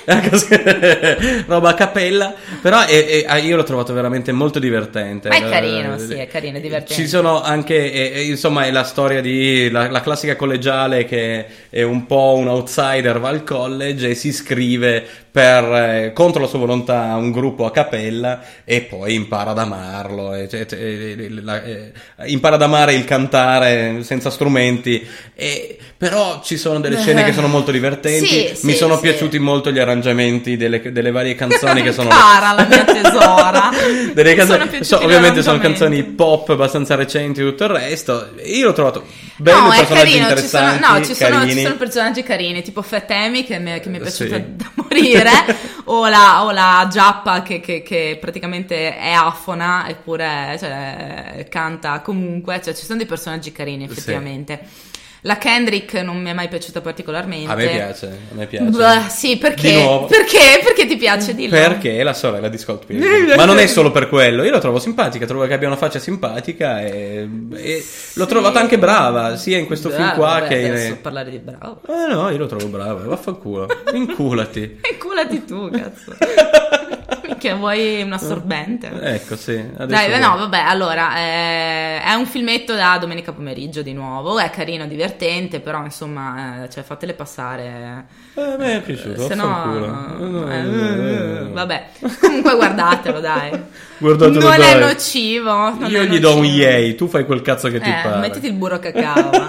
me? Roba a cappella, però è, è, io l'ho trovato veramente molto divertente. È carino, sì, è carino, è divertente. Ci sono anche, è, insomma, è la storia di la, la classica collegiale che è un po' un outsider, va al college e si iscrive per, eh, contro la sua volontà a un gruppo a cappella e poi impara ad amarlo, e, e, e, la, e, impara ad amare il cantare senza strumenti, e, però ci sono delle scene che sono molto divertenti. Sì, mi sì, sono sì. piaciuti molto gli arrangiamenti delle, delle varie canzoni che sono cara la mia tesora. delle canzoni, sono so, ovviamente sono canzoni pop abbastanza recenti e tutto il resto. Io l'ho trovato bello, no, personaggi carino, interessanti, ci sono, no, ci sono, carini. ci sono personaggi carini, tipo Fatemi che mi, che mi è piaciuta Sì. da morire, o la, o la Giappa che, che, che praticamente è afona eppure cioè, canta comunque, cioè ci sono dei personaggi carini effettivamente. Sì. La Kendrick non mi è mai piaciuta particolarmente. A me piace, a me piace. Beh, sì, perché? Di nuovo. Perché? Perché ti piace? Dillo. Perché è la sorella di Scott Pilgrim. Ma non è solo per quello. Io la trovo simpatica, trovo che abbia una faccia simpatica e, e sì. L'ho trovata anche brava, sia in questo brava, film qua vabbè, che adesso in... parlare di bravo. Eh no, io lo trovo brava, vaffanculo. Inculati. Inculati tu, cazzo. Che vuoi un assorbente? Ecco, sì. Dai, vuoi. No, vabbè, allora, eh, è un filmetto da domenica pomeriggio di nuovo, è carino, divertente, però insomma, eh, cioè, fatele passare. Eh, mi è piaciuto, se no, no, eh, eh, vabbè, comunque guardatelo, dai. Guardatelo, non dai. È nocivo. Non Io è gli nocivo. do un yay, tu fai quel cazzo che ti eh, pare. Mettiti il burro cacao. Va.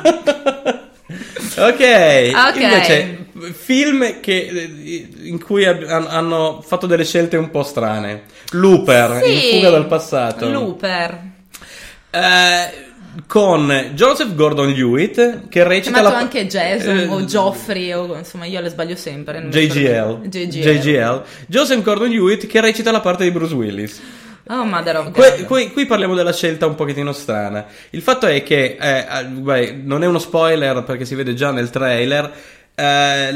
Okay. ok, invece film che, in cui ab- hanno fatto delle scelte un po' strane. Looper, sì, In fuga dal passato. Looper. Eh, con Joseph Gordon-Levitt che recita chiamato la... anche Jason eh, o Geoffrey o insomma io le sbaglio sempre. non mi J G L. ricordo. J G L. J G L. Joseph Gordon-Levitt che recita la parte di Bruce Willis. Oh, Mother of Qui, God. qui, qui parliamo della scelta un pochettino strana. Il fatto è che, eh, beh, non è uno spoiler perché si vede già nel trailer, eh,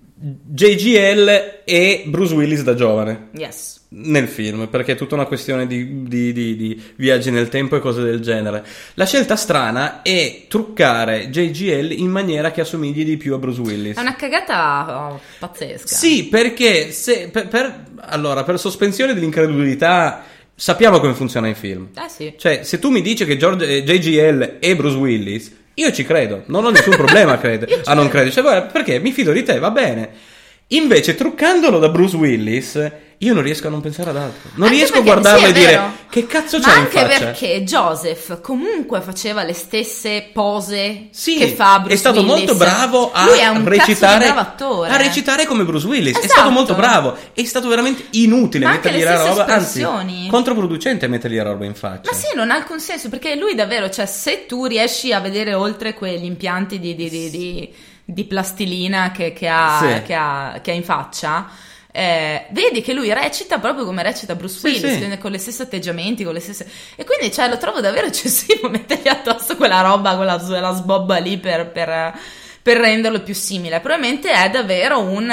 J G L è Bruce Willis da giovane. Yes. Nel film, perché è tutta una questione di, di, di, di viaggi nel tempo e cose del genere. La scelta strana è truccare J G L in maniera che assomigli di più a Bruce Willis. È una cagata oh, pazzesca. Sì, perché se, per, per, allora, per sospensione dell'incredulità sappiamo come funziona in film. Eh sì. Cioè, se tu mi dici che George, eh, J G L è Bruce Willis, io ci credo, non ho nessun problema a, crede, a non credere. Cioè, guarda, perché mi fido di te, va bene. Invece, truccandolo da Bruce Willis, io non riesco a non pensare ad altro. Non Anche riesco a perché, guardarlo sì, e dire vero. che cazzo Ma c'ha in anche faccia. perché Joseph comunque faceva le stesse pose Sì, che fa Bruce è stato Willis. molto bravo a Lui è un recitare, cazzo di bravo attore. a recitare come Bruce Willis. È Esatto. stato molto bravo. È stato veramente inutile Ma anche mettergli le la stesse roba, anzi, espressioni. controproducente mettergli la roba in faccia. Ma sì, non ha alcun senso, perché lui davvero, cioè, se tu riesci a vedere oltre quegli impianti di, di, di, di, di plastilina che, che, ha, Sì. che, ha, che ha in faccia, eh, vedi che lui recita proprio come recita Bruce Sì, Willis, sì. quindi con gli stessi atteggiamenti, con le stesse... E quindi, cioè, lo trovo davvero eccessivo mettergli addosso quella roba, quella, quella sbobba lì per, per, per renderlo più simile. Probabilmente è davvero un...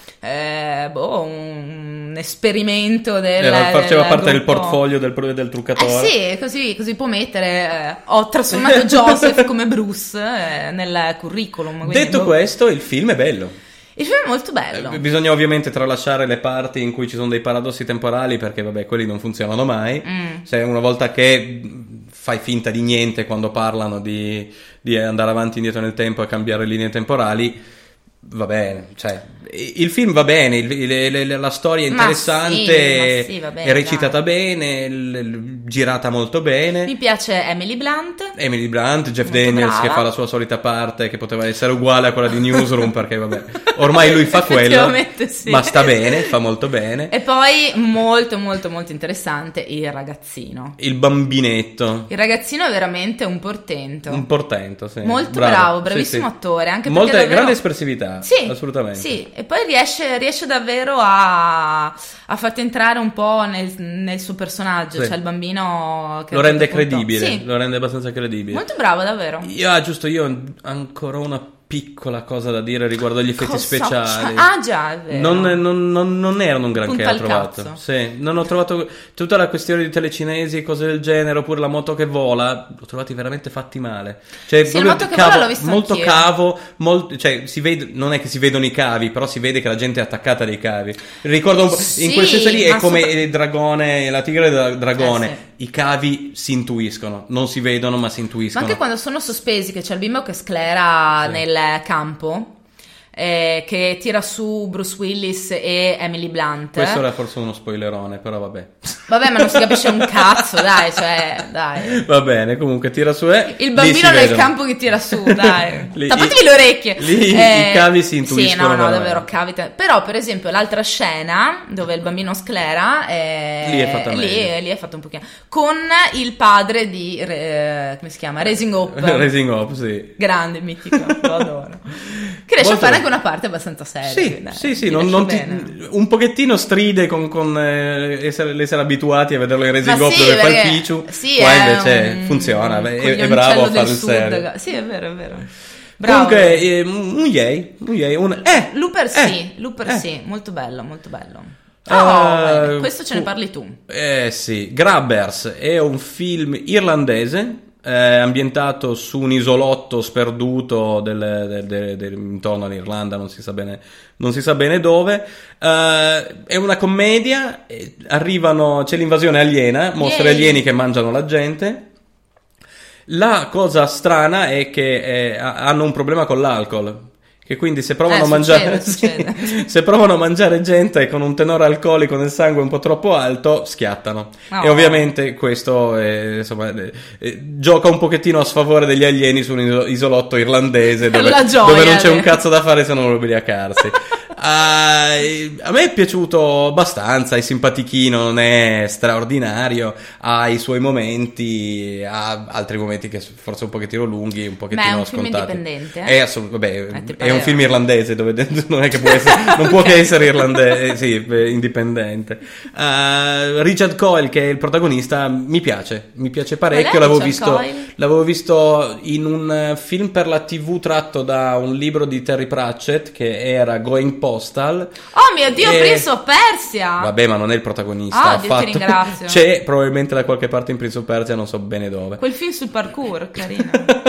Eh, boh, un esperimento del, Era, faceva del parte del gruppo. portfolio del, del truccatore. Eh sì, così, così può mettere eh, ho trasformato Joseph come Bruce eh, nel curriculum. quindi, Detto boh. questo, il film è bello. Il film è molto bello. Eh, Bisogna ovviamente tralasciare le parti in cui ci sono dei paradossi temporali, perché vabbè, quelli non funzionano mai. Mm. Se una volta che fai finta di niente quando parlano di, di andare avanti e indietro nel tempo e cambiare linee temporali, va bene, cioè il film va bene, il, il, il, la storia è Ma interessante, sì, ma sì, va bene, è recitata dai. bene, il, il- girata molto bene. Mi piace Emily Blunt. Emily Blunt, Jeff Molto Daniels brava. che fa la sua solita parte, che poteva essere uguale a quella di Newsroom, perché vabbè, ormai lui fa quello, Effettivamente sì. ma sta bene, fa molto bene. E poi molto molto molto interessante il ragazzino. Il bambinetto, Il ragazzino è veramente un portento. un portento, sì. Molto bravo, Sì, bravissimo sì. attore, anche perché Molta davvero- grande espressività, Sì, assolutamente. sì, e poi riesce, riesce davvero a, a farti entrare un po' nel, nel suo personaggio, Sì. cioè il bambino che Lo a un rende certo punto- credibile, Sì, lo rende abbastanza credibile. molto bravo davvero. Io, ah, giusto, io ho ancora una piccola cosa da dire riguardo agli effetti Cosa speciali. c'è? Ah già, è vero. Non, non- non- non erano un granché, Punta ho al trovato. cazzo. Sì, non ho trovato tutta la questione di telecinesi e cose del genere, oppure la moto che vola, l'ho trovati veramente fatti male. Cioè, Sì, la proprio moto che cavo- vola l'ho visto molto anch'io. cavo, molt- cioè, si vede, non è che si vedono i cavi, però si vede che la gente è attaccata dai cavi. Ricordo un po', Sì, in quel senso lì è ma come sopra- il dragone, la tigre del dragone. Eh, I cavi si intuiscono, non si vedono, ma si Ma intuiscono. anche quando sono sospesi, che c'è il bimbo che sclera Sì. nel campo, eh, che tira su Bruce Willis e Emily Blunt. Questo era forse uno spoilerone, però vabbè. Vabbè, ma non si capisce un cazzo, dai, cioè, dai. Va bene, comunque tira su e Il lì bambino si nel vedono. campo che tira su, dai. Lì- Tappatevi i- le orecchie. lì i cavi si intuiscono Sì, no, no, veramente. davvero, cavi. te- Però, per esempio, l'altra scena dove il bambino sclera è... Lì è fatta lì, meglio. lì è fatto un pochino. Con il padre di... eh, come si chiama? Raising Hope. Raising Up, sì. Grande, mitico, lo adoro. Che riesce Molto a fare bene. anche una parte abbastanza seria. Sì, quindi, dai, sì, sì, ti non, lascio non ti- bene. un pochettino stride con, con eh, essere, l'essere abituati a vederlo in Raising Ma Up sì, dove fa il perché- Picciu, sì, qua è invece un- funziona, un è, è coglioncello bravo a del fare il sud. serio. Sì, è vero, è vero. Bravo. Comunque, eh, un yay, un yay, un eh, Looper eh, sì, Looper eh. sì, molto bello, molto bello. Oh, Eh, eh, questo ce ne fu- parli tu. Eh sì, Grabbers è un film irlandese eh, ambientato su un isolotto sperduto del, del, del, del, intorno all'Irlanda, non si sa bene, non si sa bene dove. Uh, è una commedia, arrivano, c'è l'invasione aliena, mostri Yay. alieni che mangiano la gente. La cosa strana è che eh, hanno un problema con l'alcol. Che quindi se provano Eh, a mangiare succede, sì, succede. se provano a mangiare gente con un tenore alcolico nel sangue un po' troppo alto, schiattano. Oh. E ovviamente questo è, insomma, eh, eh, gioca un pochettino a sfavore degli alieni su un iso- isolotto irlandese dove, La gioia, dove non c'è eh. un cazzo da fare se non ubriacarsi. Uh, a me è piaciuto abbastanza, è simpatichino, non è straordinario, ha i suoi momenti, ha altri momenti che forse un pochettino lunghi, un pochettino Ma è un film scontati. indipendente? È assolut- vabbè, Eh, ti è un pareva? film irlandese dove non è che può essere, non può che essere irlandese, sì, beh, indipendente. Uh, Richard Coyle, che è il protagonista, mi piace, mi piace parecchio. Qual è L'avevo Richard visto, Coyle? l'avevo visto in un film per la tivù tratto da un libro di Terry Pratchett che era Going Postal. Oh mio Dio, E- Prince of Persia! Vabbè, ma non è il protagonista. Ah, ha Dio, ti fatto... ringrazio. C'è probabilmente da qualche parte in Prince of Persia, non so bene dove. Quel film sul parkour, carino.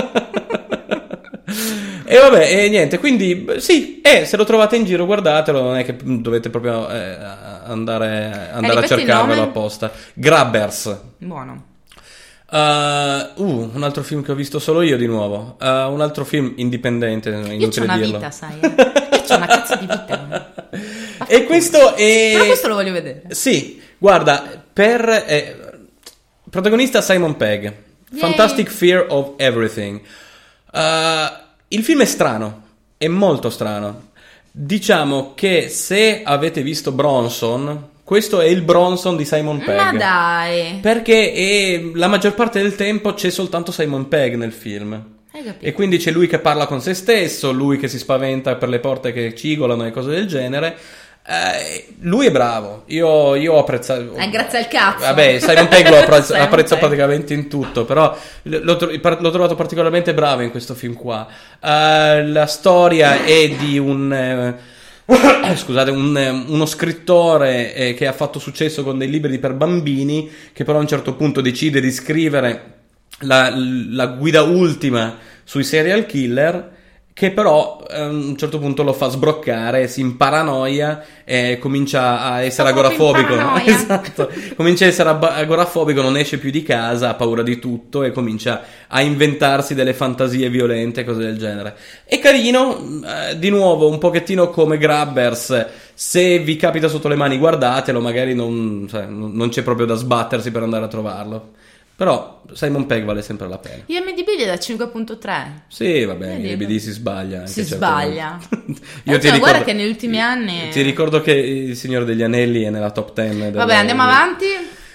E vabbè, e niente, quindi beh, sì, eh, se lo trovate in giro guardatelo, non è che dovete proprio eh, andare, andare a ripeti il cercarvelo nome? apposta. Grabbers. Buono. Uh, uh, un altro film che ho visto solo io di nuovo. Uh, un altro film indipendente, Io c'ho inutile una dirlo. vita, sai. Eh? Io c'ho una cazzo di vita. E questo è... Però questo lo voglio vedere. Sì, guarda, per... Eh, protagonista Simon Pegg. Yay. Fantastic Fear of Everything. Uh, il film è strano, è molto strano. Diciamo che se avete visto Bronson, questo è il Bronson di Simon Pegg. Ma dai. Perché è, la maggior parte del tempo c'è soltanto Simon Pegg nel film. Hai capito? E quindi c'è lui che parla con se stesso, lui che si spaventa per le porte che cigolano e cose del genere. Eh, lui è bravo, io, io ho apprezzato. Eh, grazie al cazzo. Vabbè, Simon Pegg lo apprezzo, Simon apprezzo Pegg. praticamente in tutto, però l'ho, tro- l'ho trovato particolarmente bravo in questo film qua. Eh, la storia è di un... Eh, scusate, un, eh, uno scrittore eh, che ha fatto successo con dei libri per bambini, che però a un certo punto decide di scrivere la, la guida ultima sui serial killer, che però eh, a un certo punto lo fa sbroccare, si imparanoia e comincia a essere Sto proprio agorafobico. in paranoia. Esatto, comincia a essere ab- agorafobico, non esce più di casa, ha paura di tutto e comincia a inventarsi delle fantasie violente, cose del genere. È carino, eh, di nuovo un pochettino come Grabbers, se vi capita sotto le mani guardatelo, magari non, cioè, non c'è proprio da sbattersi per andare a trovarlo. Però Simon Pegg vale sempre la pena. I M D B gli dà cinque virgola tre. Sì, va bene, Vedi? l'I B D si sbaglia. Anche Si certe sbaglia. volte. Eh, cioè, guarda che negli ultimi anni- Ti ricordo che Il Signore degli Anelli è nella top dieci. Del... Vabbè, andiamo avanti.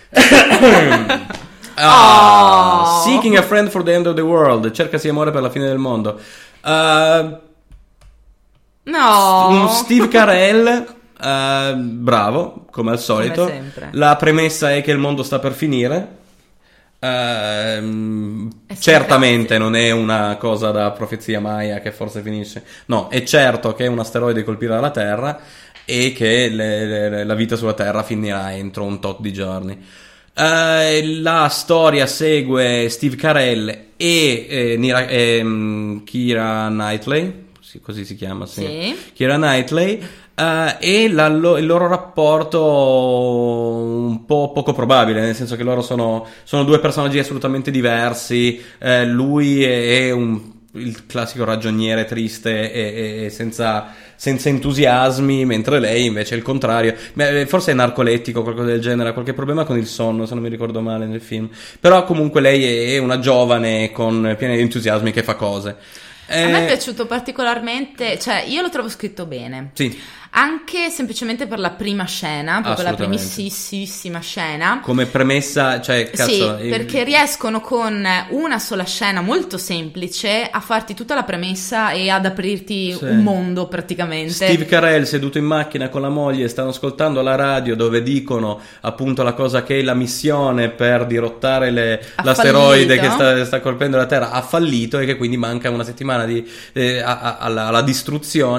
Ah, Oh. Seeking a Friend for the End of the World. Cercasi amore per la fine del mondo. Uh, No. un Steve Carell, uh, bravo, come al solito. Come sempre. La premessa è che il mondo sta per finire. Ehm, Eh sì, certamente grazie. non è una cosa da profezia Maya che forse finisce. No, è certo che un asteroide colpirà la Terra e che le- le- la vita sulla Terra finirà entro un tot di giorni. Eh, la storia segue Steve Carell e eh, Nira- ehm, Keira Knightley, sì, così si chiama, sì. Sì. Keira Knightley, eh, e la- lo- il loro rapporto un po' poco probabile, nel senso che loro sono, sono due personaggi assolutamente diversi. Eh, lui è, è un, il classico ragioniere triste e, e senza, senza entusiasmi, mentre lei invece è il contrario. Beh, forse è narcolettico o qualcosa del genere, ha qualche problema con il sonno, se non mi ricordo male nel film. Però comunque lei è una giovane con piena di entusiasmi che fa cose. A me è Eh, piaciuto particolarmente, cioè io lo trovo scritto bene. sì. Anche semplicemente per la prima scena, proprio la Assolutamente. primissima scena. Come premessa, cioè, cazzo, Sì, il- perché riescono con una sola scena molto semplice a farti tutta la premessa e ad aprirti Sì. un mondo praticamente. Steve Carell seduto in macchina con la moglie, stanno ascoltando la radio dove dicono appunto la cosa che è la missione per dirottare le- Ha l'asteroide fallito. che sta, sta colpendo la Terra ha fallito e che quindi manca una settimana di, eh, a- a- alla, alla distruzione.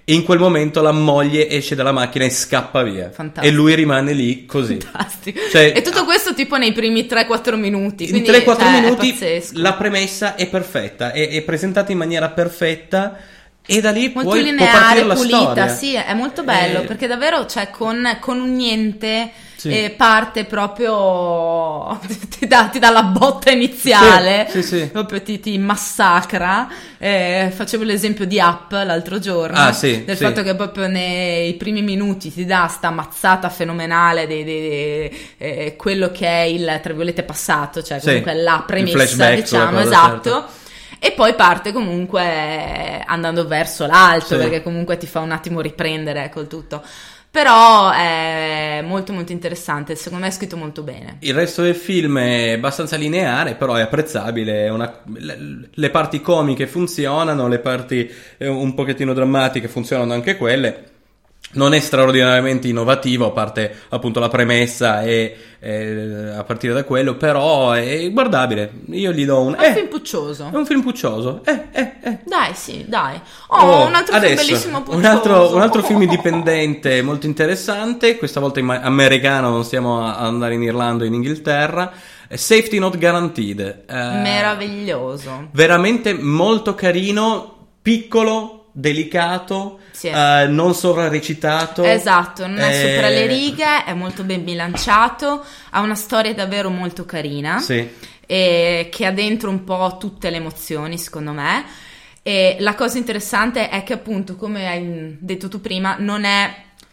e in quel momento la moglie esce dalla macchina e scappa via. Fantastico. E lui rimane lì così. Fantastico. Cioè, e tutto questo tipo nei primi tre quattro minuti. In tre quattro cioè, minuti la premessa è perfetta, è, è presentata in maniera perfetta. E da lì molto puoi, lineare, può partire la pulita, storia. sì, è molto bello Eh, perché davvero, cioè, con, con un niente Sì. eh, parte proprio ti dà, ti dà la botta iniziale, Sì, sì, sì. proprio ti, ti massacra. Eh, facevo l'esempio di Up l'altro giorno, Ah, sì, del sì. fatto che proprio nei primi minuti ti dà sta mazzata fenomenale di, di- di, eh, quello che è il, tra virgolette, passato, cioè Sì, comunque la il premessa, flashback sulla diciamo, cosa, esatto. certo. E poi parte comunque andando verso l'alto, Sì. perché comunque ti fa un attimo riprendere col tutto. Però è molto molto interessante, secondo me è scritto molto bene. Il resto del film è abbastanza lineare, però è apprezzabile. È una- le, le parti comiche funzionano, le parti eh, un pochettino drammatiche funzionano anche quelle. Non è straordinariamente innovativo, a parte appunto la premessa e eh, a partire da quello, però è guardabile. Io gli do un... È un eh, film puccioso. È un film puccioso. Eh, eh, eh. Dai, sì, dai. Oh, un altro adesso, film bellissimo puccioso. un altro, un altro Oh. film indipendente molto interessante, questa volta in ma- americano, non stiamo a andare in Irlanda o in Inghilterra. eh, Safety Not Guaranteed. Eh, Meraviglioso. Veramente molto carino, piccolo, delicato, Sì. eh, non sovrarecitato. Esatto, non è eh, sopra le righe, è molto ben bilanciato, ha una storia davvero molto carina. Sì. E che ha dentro un po' tutte le emozioni, secondo me. E la cosa interessante è che, appunto, come hai detto tu prima, non è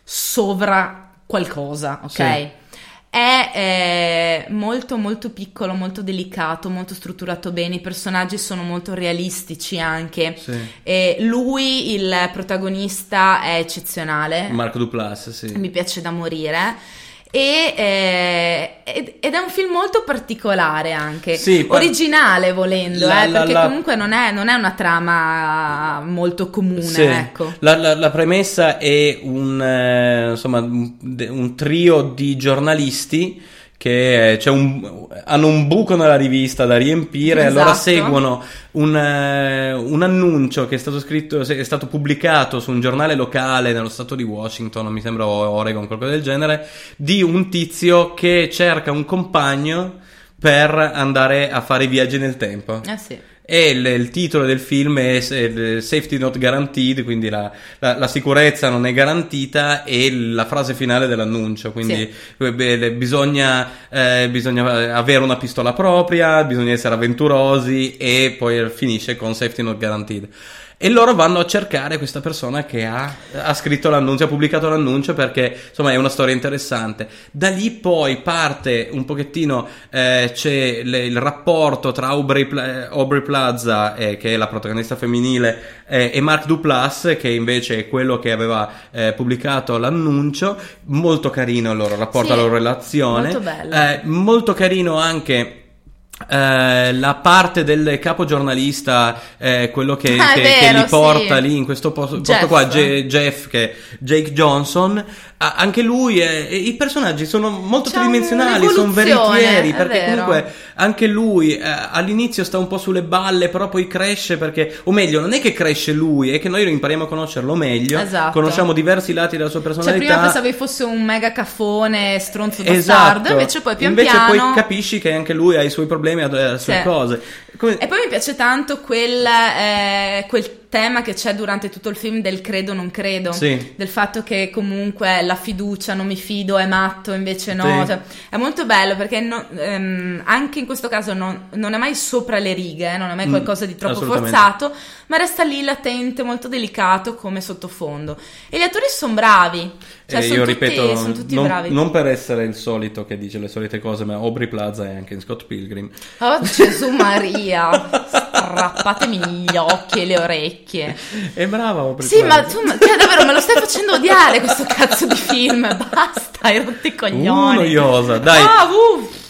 sovra qualcosa, ok? Sì. È eh, molto molto piccolo, molto delicato, molto strutturato bene, i personaggi sono molto realistici anche. Sì. E lui, il protagonista, è eccezionale. Marco Duplass, sì. Mi piace da morire. E, eh, ed ed è un film molto particolare anche, Sì, pa- originale volendo, la- eh, la- perché la- comunque non è, non è una trama molto comune, Sì. ecco. La, la- la premessa è un, eh, insomma, un, un trio di giornalisti che c'è un, hanno un buco nella rivista da riempire, Esatto. allora seguono un, eh, un annuncio che è stato scritto, è stato pubblicato su un giornale locale nello stato di Washington, mi sembra Oregon, qualcosa del genere, di un tizio che cerca un compagno per andare a fare i viaggi nel tempo. Eh sì. E il, il titolo del film è eh, Safety Not Guaranteed, quindi la, la, la sicurezza non è garantita, e la frase finale dell'annuncio, quindi eh, beh, bisogna, eh, bisogna avere una pistola propria, bisogna essere avventurosi, e poi finisce con Safety Not Guaranteed. E loro vanno a cercare questa persona che ha, ha scritto l'annuncio, ha pubblicato l'annuncio, perché insomma è una storia interessante. Da lì poi parte un pochettino, eh, c'è le, il rapporto tra Aubrey, Pla- Aubrey Plaza, eh, che è la protagonista femminile, eh, e Mark Duplass, che invece è quello che aveva eh, pubblicato l'annuncio. Molto carino il loro rapporto, Sì, la loro relazione. molto bello. Eh, molto carino anche eh, la parte del capo giornalista, eh, quello che, Ah, è che, vero, che li porta sì. lì in questo posto, Jeff. posto qua, J- Jeff, che è Jake Johnson. Ah, anche lui è, e i personaggi sono molto C'è tridimensionali, sono un'evoluzione, veritieri, è perché vero. comunque anche lui eh, all'inizio sta un po' sulle balle, però poi cresce, perché, o meglio, non è che cresce lui, è che noi impariamo a conoscerlo meglio, Esatto. conosciamo diversi lati della sua Cioè, personalità. prima pensavi fosse un mega caffone, stronzo bastardo, Esatto. invece poi pian Invece piano... poi capisci che anche lui ha i suoi problemi, ha le sue Sì. cose. Come- E poi mi piace tanto quel, eh, quel tema che c'è durante tutto il film del credo non credo, Sì. del fatto che comunque la fiducia, non mi fido, è matto, invece no. Sì. Cioè, è molto bello perché no- ehm, anche in questo caso non, non è mai sopra le righe, eh, non è mai Mm, qualcosa di troppo assolutamente. forzato, ma resta lì latente, molto delicato come sottofondo. E gli attori sono bravi, cioè Eh, sono io tutti, ripeto, sono tutti non, bravi. non per essere il solito che dice le solite cose, ma Aubrey Plaza è anche in Scott Pilgrim. Oh Gesù Maria, strappatemi gli occhi e le orecchie. È brava Aubrey Sì, ma Plaza. tu, ma- cioè, davvero me lo stai facendo odiare questo cazzo di film. Basta, hai rotto i Uh, coglioni. noiosa, dai. Ah, uh.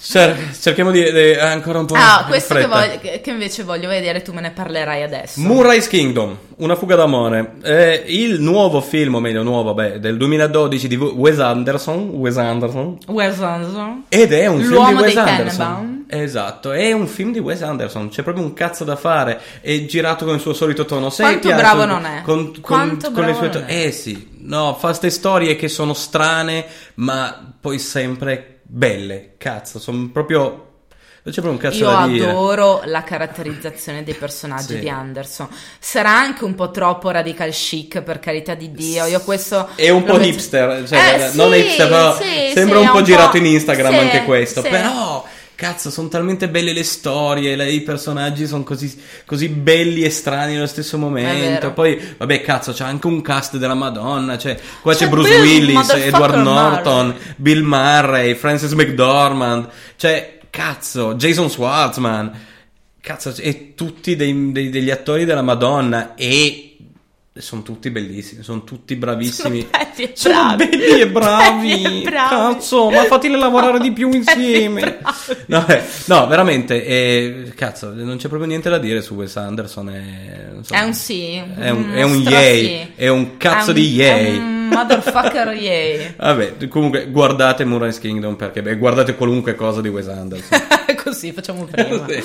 Cer- cerchiamo di, di ancora un po' Ah, questo che, fretta. voglio, che invece voglio vedere, tu me ne parlerai adesso. Moonrise Kingdom, una fuga d'amore. È il nuovo film, o meglio nuovo, beh, del duemiladodici di Wes Anderson, Wes Anderson. Wes Anderson. Ed è un film L'uomo di Wes dei Anderson. Tenenbaum. Esatto, è un film di Wes Anderson, c'è proprio un cazzo da fare, è girato con il suo solito tono. Se Quanto piace, bravo non è? Con, con, Quanto con le bravo sue non to- è? Eh sì, no, fa ste storie che sono strane, ma poi sempre belle, cazzo, sono proprio... Non c'è proprio un cazzo Io da dire. adoro la caratterizzazione dei personaggi Sì. di Anderson. Sarà anche un po' troppo radical chic, per carità di Dio. Io questo È un lo po' vedo- hipster, cioè, Eh, non sì, hipster, però sì, sembra sì, un è po' girato in Instagram sì, anche questo, sì. però... Cazzo, sono talmente belle le storie, le- i personaggi sono così, così belli e strani allo stesso momento. vero. Poi, vabbè, cazzo, c'è anche un cast della Madonna. Cioè, qua c'è, C'è Bruce Bill Willis, motherfucker Edward Murray. Norton, Bill Murray, Frances McDormand. Cioè, cazzo, Jason Schwartzman. Cazzo, e tutti dei- dei- degli attori della Madonna. E sono tutti bellissimi, sono tutti bravissimi. Sono belli e Sono bravi. belli e bravi. Belli e bravi. Cazzo, ma fateli lavorare di più insieme. Belli e bravi. No, eh, no, veramente, eh, cazzo, non c'è proprio niente da dire su Wes Anderson. È, non so, È un sì. È un, è un stra yay. sì. È un cazzo È un- di yay. È un motherfucker yay. Vabbè, comunque guardate Moonrise Kingdom perché beh, guardate qualunque cosa di Wes Anderson. Così facciamo prima. Sì.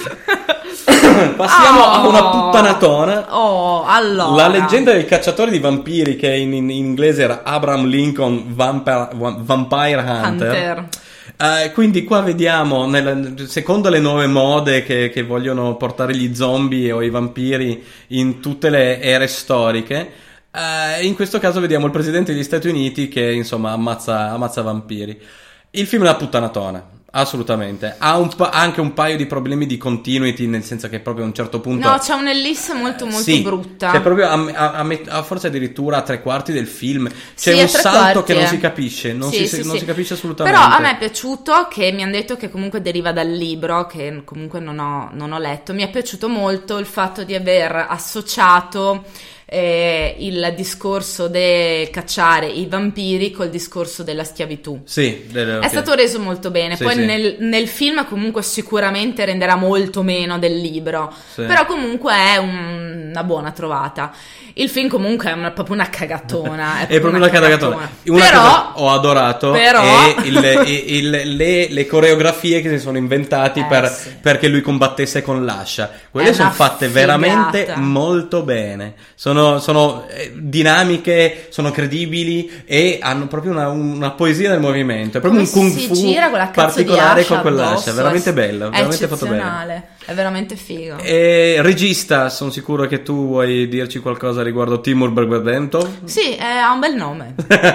Passiamo Oh. a una puttanatona. Oh, allora. La leggenda del cacciatore di vampiri, che in, in inglese era Abraham Lincoln Vampire, Vampire Hunter. Hunter. Eh, quindi qua vediamo, nella- secondo le nuove mode che, che vogliono portare gli zombie o i vampiri in tutte le ere storiche, eh, in questo caso vediamo il presidente degli Stati Uniti che insomma ammazza, ammazza vampiri. Il film è una puttanatona. Assolutamente, ha un pa- anche un paio di problemi di continuity, nel senso che proprio a un certo punto No, c'è un'ellisse molto molto sì, brutta. cioè proprio a, a, a met- a forse addirittura a tre quarti del film c'è Sì, a un tre salto quarti, che non eh. si capisce, non, Sì, si, sì, non sì. si capisce assolutamente. Però a me è piaciuto, che mi hanno detto che comunque deriva dal libro, che comunque non ho, non ho letto. Mi è piaciuto molto il fatto di aver associato eh, il discorso del cacciare i vampiri col discorso della schiavitù. Sì, delle- È ok. stato reso molto bene. Sì, Poi sì. Nel, nel film comunque sicuramente renderà molto meno del libro. Sì. Però comunque è un- una buona trovata. Il film comunque è una- proprio una cagatona. È proprio una cagatona. Una Però, cosa ho adorato però- è il- il- il- le, le coreografie che si sono inventati Eh, per, sì. perché lui combattesse con l'ascia. Quelle È sono una fatte figata. veramente molto bene. Sono, sono eh, dinamiche, sono credibili e hanno proprio una, una poesia del movimento. È proprio come un kung si fu gira quella cazzo di particolare ascia con quell'ascia. addosso, Veramente è- bello, è veramente fatto bene. eccezionale. È veramente figo. E regista, sono sicuro che tu vuoi dirci qualcosa riguardo Timur Bergvedentov. Sì, eh, ha un bel nome.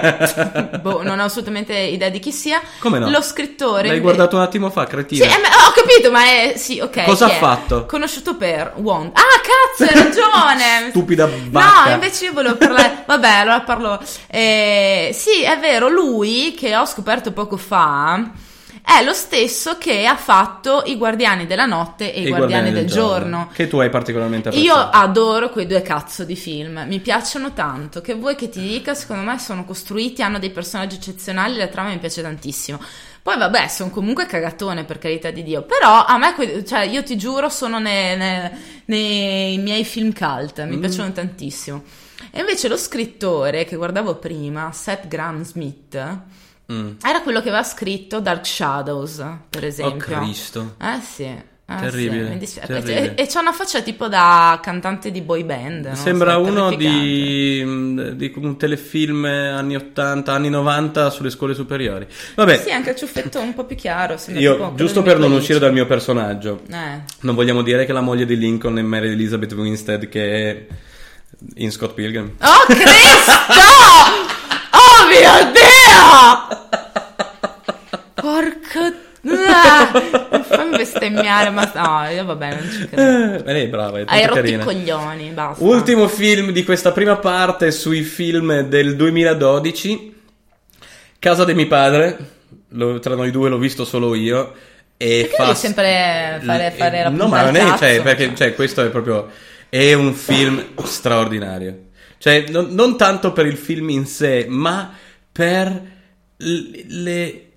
Boh, non ho assolutamente idea di chi sia. Come no? Lo scrittore. L'hai guardato un attimo fa, Sì, cretina. eh, ma- ho capito, ma è. Sì, ok. Cosa chi ha è? fatto? Conosciuto per Wand. Ah, cazzo, hai ragione! Stupida vacca. No, invece io volevo parlare. Vabbè, allora parlo. Eh, sì, è vero, lui che ho scoperto poco fa. È lo stesso che ha fatto I Guardiani della Notte e I, I Guardiani, del, giorno. Che tu hai particolarmente Io apprezzato. adoro quei due cazzo di film, mi piacciono tanto, che vuoi che ti dica, secondo me sono costruiti, hanno dei personaggi eccezionali, la trama mi piace tantissimo. Poi vabbè, sono comunque cagatone, per carità di Dio, però a me, que- cioè io ti giuro, sono ne- ne- nei miei film cult, mi Mm. piacciono tantissimo. E invece lo scrittore che guardavo prima, Seth Grahame-Smith, Mm. era quello che aveva scritto Dark Shadows, per esempio. Oh Cristo. Eh sì. eh Terribile, sì, mi dispiace. terribile. E, e c'ha una faccia tipo da cantante di boy band. non Sembra so, è uno terrificante. di, di un telefilm anni ottanta, anni novanta sulle scuole superiori. Vabbè, Sì, anche il ciuffetto un po' più chiaro. sembra tipo io, quello giusto dei per miei non amici. uscire dal mio personaggio, Eh. non vogliamo dire che la moglie di Lincoln è Mary Elizabeth Winstead, che è in Scott Pilgrim. Oh Cristo! Oh mio Dio! Porco... Ah, fammi bestemmiare, ma no, io vabbè, non ci credo. Eh, lei è brava, è Hai tanto rotto i carina. coglioni, basta. Ultimo film di questa prima parte sui film del duemiladodici, Casa di mio padre, lo- tra noi due l'ho visto solo io. E Perché fa devi sempre fare, fare la no, punta ma al non è, cazzo? cioè, perché cioè, questo è proprio è un film straordinario. Cioè, non, non tanto per il film in sé, ma per l- le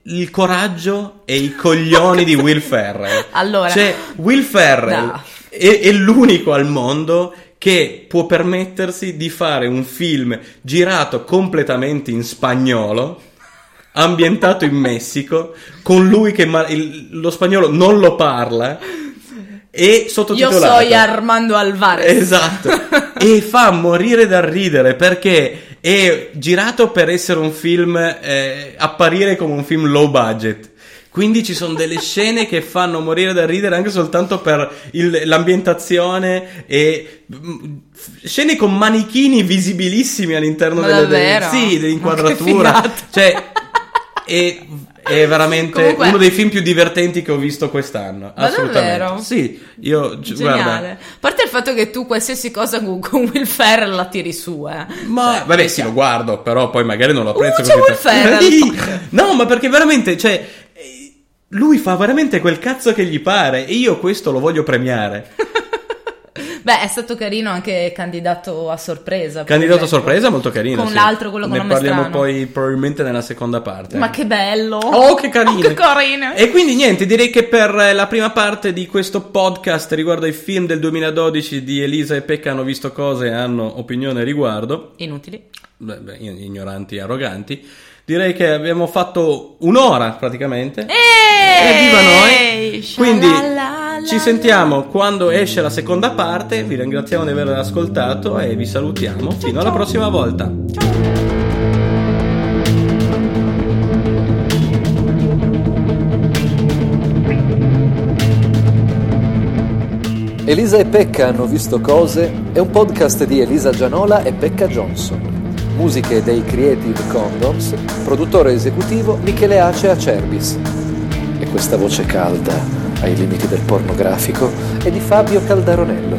il coraggio e i coglioni di Will Ferrell. Allora, cioè, Will Ferrell no. è, è l'unico al mondo che può permettersi di fare un film girato completamente in spagnolo, ambientato in Messico, con lui che ma- il, lo spagnolo non lo parla e sottotitolato. Io soy Armando Alvarez. Esatto. E fa morire da ridere perché è girato per essere un film, eh, apparire come un film low budget. Quindi ci sono delle scene che fanno morire da ridere anche soltanto per il, l'ambientazione e mh, scene con manichini visibilissimi all'interno Ma delle, davvero? delle, sì, dell'inquadratura. Ma che figata. Cioè, è, è veramente Comunque, uno dei film più divertenti che ho visto quest'anno. Ma assolutamente. davvero? Sì, io Geniale. guarda. A parte il fatto che tu qualsiasi cosa con, con Will Ferrell la tiri su, eh. Ma Cioè, vabbè, sì, lo guardo, però poi magari non lo apprezzo Uh, c'è così Will tanto. Ferrell. No, ma perché veramente, cioè, lui fa veramente quel cazzo che gli pare e io questo lo voglio premiare. Beh, è stato carino anche candidato a sorpresa. per Candidato a esempio. sorpresa, molto carino. Con sì. l'altro, quello con ne nome parliamo strano. poi probabilmente nella seconda parte. Ma che bello! Oh, che carino! Oh, che carino! E quindi niente, direi che per la prima parte di questo podcast riguardo ai film del duemiladodici di Elisa e Pecca hanno visto cose e hanno opinione a riguardo. Inutili. Beh, beh, ignoranti, arroganti. Direi che abbiamo fatto un'ora praticamente. Evviva noi! Quindi ci sentiamo quando esce la seconda parte. Vi ringraziamo di aver ascoltato e vi salutiamo. Fino alla prossima volta. Elisa e Pecca hanno visto cose è un podcast di Elisa Gianola e Pecca Johnson. Musiche dei Creative Condoms, produttore esecutivo Michele Ace Acerbis. E questa voce calda, ai limiti del pornografico, è di Fabio Caldaronello.